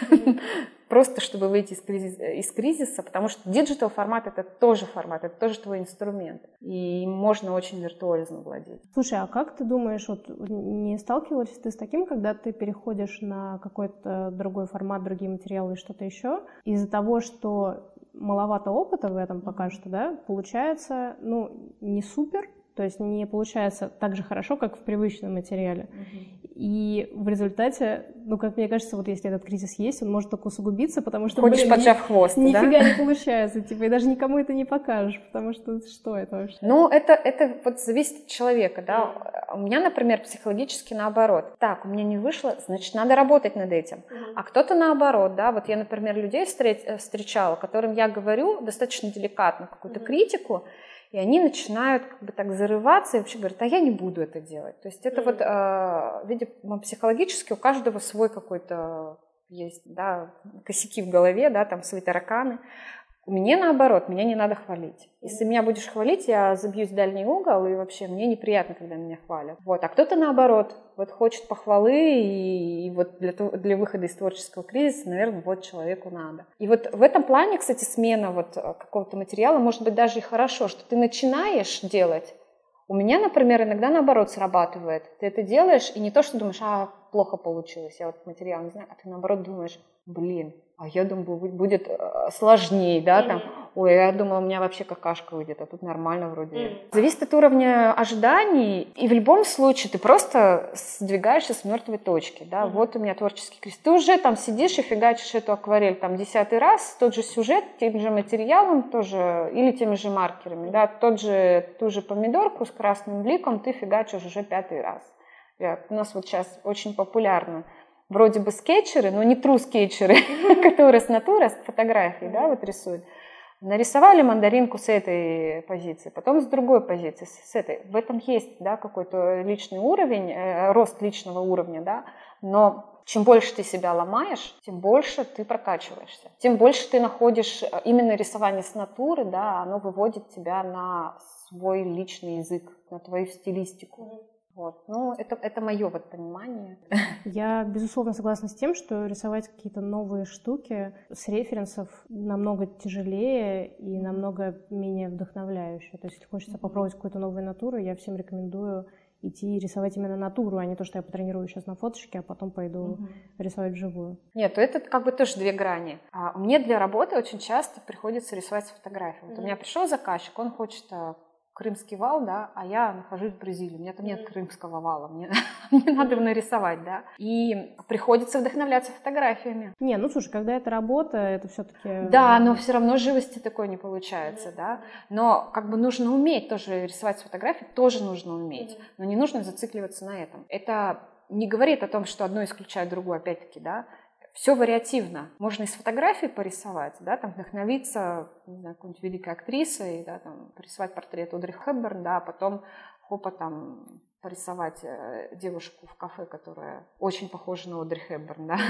Просто чтобы выйти из кризиса, из кризиса, потому что диджитал формат это тоже формат, это тоже твой инструмент. И можно очень виртуозно владеть.
Слушай, а как ты думаешь, вот не сталкивалась ты с таким, когда ты переходишь на какой-то другой формат, другие материалы и что-то еще, из-за того, что маловато опыта в этом пока что, да, получается, ну, не супер, то есть не получается так же хорошо, как в привычном материале. Uh-huh. И в результате, ну, как мне кажется, вот если этот кризис есть, он может только усугубиться, потому что,
ходишь, поджав хвост,
ни, да? Нифига не получается, типа, и даже никому это не покажешь, потому что что это вообще?
Ну, это, это вот зависит от человека, да. Uh-huh. У меня, например, психологически наоборот. Так, у меня не вышло, значит, надо работать над этим. Uh-huh. А кто-то наоборот, да. Вот я, например, людей встречала, которым я говорю достаточно деликатно какую-то uh-huh. критику, и они начинают как бы так зарываться и вообще говорят, а я не буду это делать. То есть это mm-hmm. вот, э, видимо, психологически у каждого свой какой-то есть, да, косяки в голове, да, там свои тараканы. Мне наоборот, меня не надо хвалить. Если меня будешь хвалить, я забьюсь в дальний угол, и вообще мне неприятно, когда меня хвалят. Вот. А кто-то наоборот, вот хочет похвалы, и, и вот для, для выхода из творческого кризиса, наверное, вот человеку надо. И вот в этом плане, кстати, смена вот какого-то материала может быть даже и хорошо, что ты начинаешь делать. У меня, например, иногда наоборот срабатывает. Ты это делаешь, и не то, что думаешь, а плохо получилось, я вот материал не знаю, а ты наоборот думаешь, блин, а я думаю, будет сложнее, да, там, ой, я думала, у меня вообще какашка выйдет, а тут нормально вроде. Mm-hmm. Зависит от уровня ожиданий, и в любом случае ты просто сдвигаешься с мертвой точки, да, mm-hmm. вот у меня творческий крест. Ты уже там сидишь и фигачишь эту акварель там десятый раз, тот же сюжет, тем же материалом тоже, или теми же маркерами, да, тот же, ту же помидорку с красным бликом ты фигачишь уже пятый раз. Я, у нас вот сейчас очень популярно вроде бы скетчеры, но не true скетчеры, которые с натуры, с фотографией, да, вот рисуют. Нарисовали мандаринку с этой позиции, потом с другой позиции, с этой. В этом есть, да, какой-то личный уровень, э, рост личного уровня, да, но чем больше ты себя ломаешь, тем больше ты прокачиваешься, тем больше ты находишь именно рисование с натуры, да, оно выводит тебя на свой личный язык, на твою стилистику. Вот. Ну, это, это мое вот понимание.
Я, безусловно, согласна с тем, что рисовать какие-то новые штуки с референсов намного тяжелее и намного менее вдохновляюще. То есть, если хочется попробовать какую-то новую натуру, я всем рекомендую идти рисовать именно натуру, а не то, что я потренирую сейчас на фоточке, а потом пойду угу. рисовать вживую.
Нет, это как бы тоже две грани. А мне для работы очень часто приходится рисовать с фотографией. Вот угу. у меня пришел заказчик, он хочет Крымский вал, да, а я нахожусь в Бразилии, у меня там нет крымского вала, мне, мне надо нарисовать, да, и приходится вдохновляться фотографиями.
Не, ну слушай, когда это работа, это все-таки...
Да, но все равно живости такой не получается, да, но как бы нужно уметь тоже рисовать с фотографией, тоже нужно уметь, но не нужно зацикливаться на этом. Это не говорит о том, что одно исключает другое, опять-таки, да. Все вариативно. Можно и с фотографией порисовать, да, там вдохновиться, не знаю, какой-нибудь великой актрисой, да, там, порисовать портрет Одри Хепберн, да, а потом хопа там порисовать девушку в кафе, которая очень похожа на Одри Хепберн, да,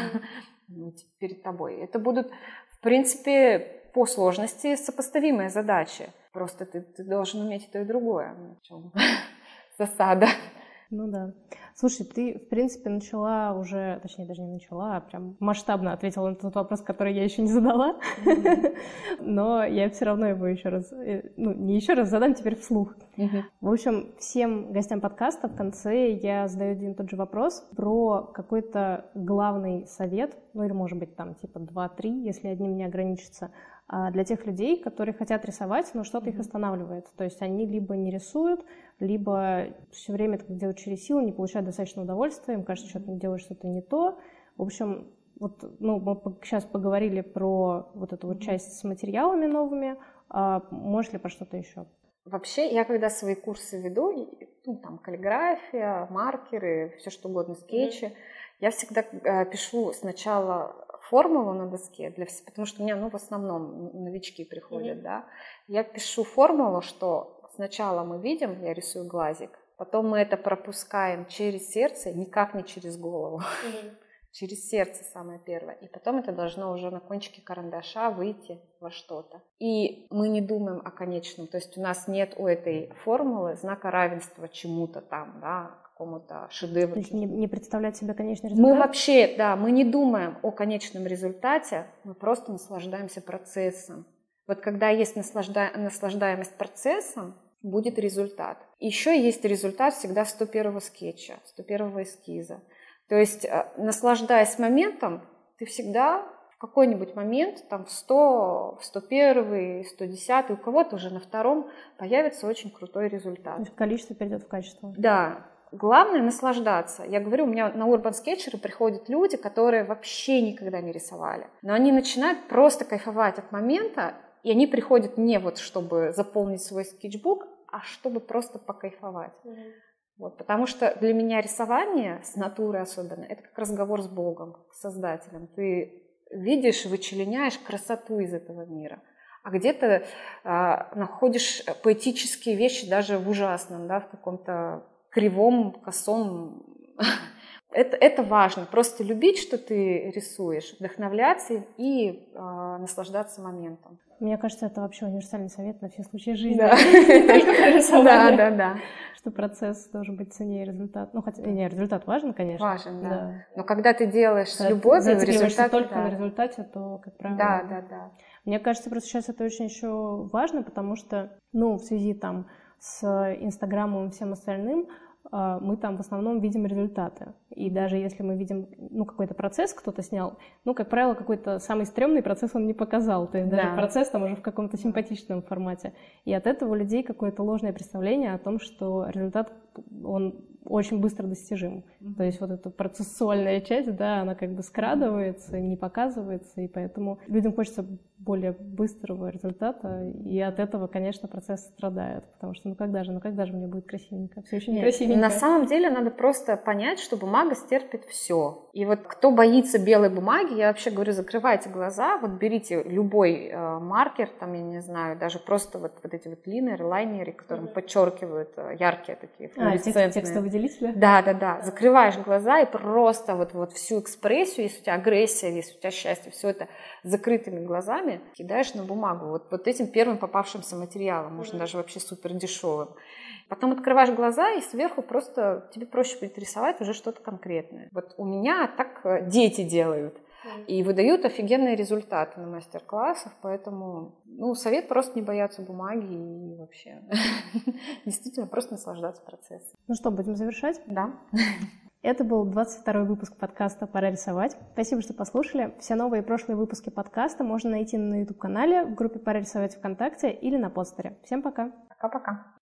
перед тобой. Это будут, в принципе, по сложности сопоставимые задачи. Просто ты, ты должен уметь и то, и другое. В чем засада.
Ну да. Слушай, ты, в принципе, начала уже, точнее, даже не начала, а прям масштабно ответила на тот вопрос, который я еще не задала. Mm-hmm. Но я все равно его еще раз, ну, не еще раз задам, теперь вслух. Mm-hmm. В общем, всем гостям подкаста в конце я задаю один и тот же вопрос про какой-то главный совет, ну или, может быть, там, типа два-три, если одним не ограничиться, для тех людей, которые хотят рисовать, но что-то mm-hmm. их останавливает. То есть они либо не рисуют, либо все время это делают через силу, не получают достаточно удовольствия, им кажется, что ты делаешь что-то не то. В общем, вот, ну, мы сейчас поговорили про вот эту вот часть с материалами новыми. А может ли про что-то еще?
Вообще, я когда свои курсы веду, ну, там, каллиграфия, маркеры, все что угодно, скетчи, mm-hmm. я всегда э, пишу сначала формулу на доске, для, потому что у меня, ну, в основном новички приходят, mm-hmm. да. Я пишу формулу, что сначала мы видим, я рисую глазик, потом мы это пропускаем через сердце, никак не через голову, mm-hmm. через сердце самое первое, и потом это должно уже на кончике карандаша выйти во что-то. И мы не думаем о конечном, то есть у нас нет у этой формулы знака равенства чему-то там, да, какому-то шедевру.
То есть не, не представлять себе конечный результат?
Мы вообще, да, мы не думаем о конечном результате, мы просто наслаждаемся процессом. Вот когда есть наслажда... наслаждаемость процессом, будет результат. Еще есть результат всегда сто первого скетча, сто первого эскиза. То есть, наслаждаясь моментом, ты всегда в какой-нибудь момент, там в сто, в сто первый, сто десятый, у кого-то уже на втором появится очень крутой результат.
То есть количество перейдет в качество.
Да. Главное наслаждаться. Я говорю, у меня на Urban Sketcher приходят люди, которые вообще никогда не рисовали. Но они начинают просто кайфовать от момента, и они приходят не вот чтобы заполнить свой скетчбук, а чтобы просто покайфовать. Mm-hmm. Вот, потому что для меня рисование, с натуры особенно, это как разговор с Богом, с Создателем. Ты видишь, вычленяешь красоту из этого мира. А где-то э, находишь поэтические вещи даже в ужасном, да, в каком-то кривом, косом. Это, это важно. Просто любить, что ты рисуешь, вдохновляться и э, наслаждаться моментом.
Мне кажется, это вообще универсальный совет на все случаи жизни.
Да, да, да.
Что процесс должен быть ценнее результат. Ну, хотя, не, результат важен, конечно.
Важен, да. Но когда ты делаешь с любовью, результат...
только на результате, то, как правило...
Да, да, да.
Мне кажется, просто сейчас это очень еще важно, потому что, ну, в связи там с Инстаграмом и всем остальным, мы там в основном видим результаты. И даже если мы видим, ну, какой-то процесс кто-то снял, ну, как правило, какой-то самый стрёмный процесс он не показал. То есть даже
Да.
процесс там уже в каком-то симпатичном формате. И от этого у людей какое-то ложное представление о том, что результат, он очень быстро достижим. Mm-hmm. То есть вот эта процессуальная часть, да, она как бы скрадывается, не показывается, и поэтому людям хочется более быстрого результата, и от этого, конечно, процесс страдает, потому что ну когда же, ну когда же мне будет красивенько? Все очень некрасивенько.
На самом деле надо просто понять, что бумага стерпит все. И вот кто боится белой бумаги, я вообще говорю, закрывайте глаза, вот берите любой э, маркер, там, я не знаю, даже просто вот, вот эти вот линеры, лайнеры, которым mm-hmm. подчеркивают э, яркие такие флуоресцентные.
А, текстовыделители?
Да, да, да. Закрываешь глаза и просто вот, вот всю экспрессию, если у тебя агрессия, если у тебя счастье, все это закрытыми глазами кидаешь на бумагу. Вот, вот этим первым попавшимся материалом, можно mm-hmm. даже вообще супер дешевым. Потом открываешь глаза, и сверху просто тебе проще будет рисовать уже что-то конкретное. Вот у меня так дети делают. И выдают офигенные результаты на мастер-классах, поэтому ну, совет просто не бояться бумаги и вообще действительно просто наслаждаться процессом.
Ну что, будем завершать?
Да.
Это был двадцать второй выпуск подкаста «Пора рисовать». Спасибо, что послушали. Все новые и прошлые выпуски подкаста можно найти на YouTube-канале, в группе «Пора рисовать» ВКонтакте или на постере. Всем пока.
Пока-пока.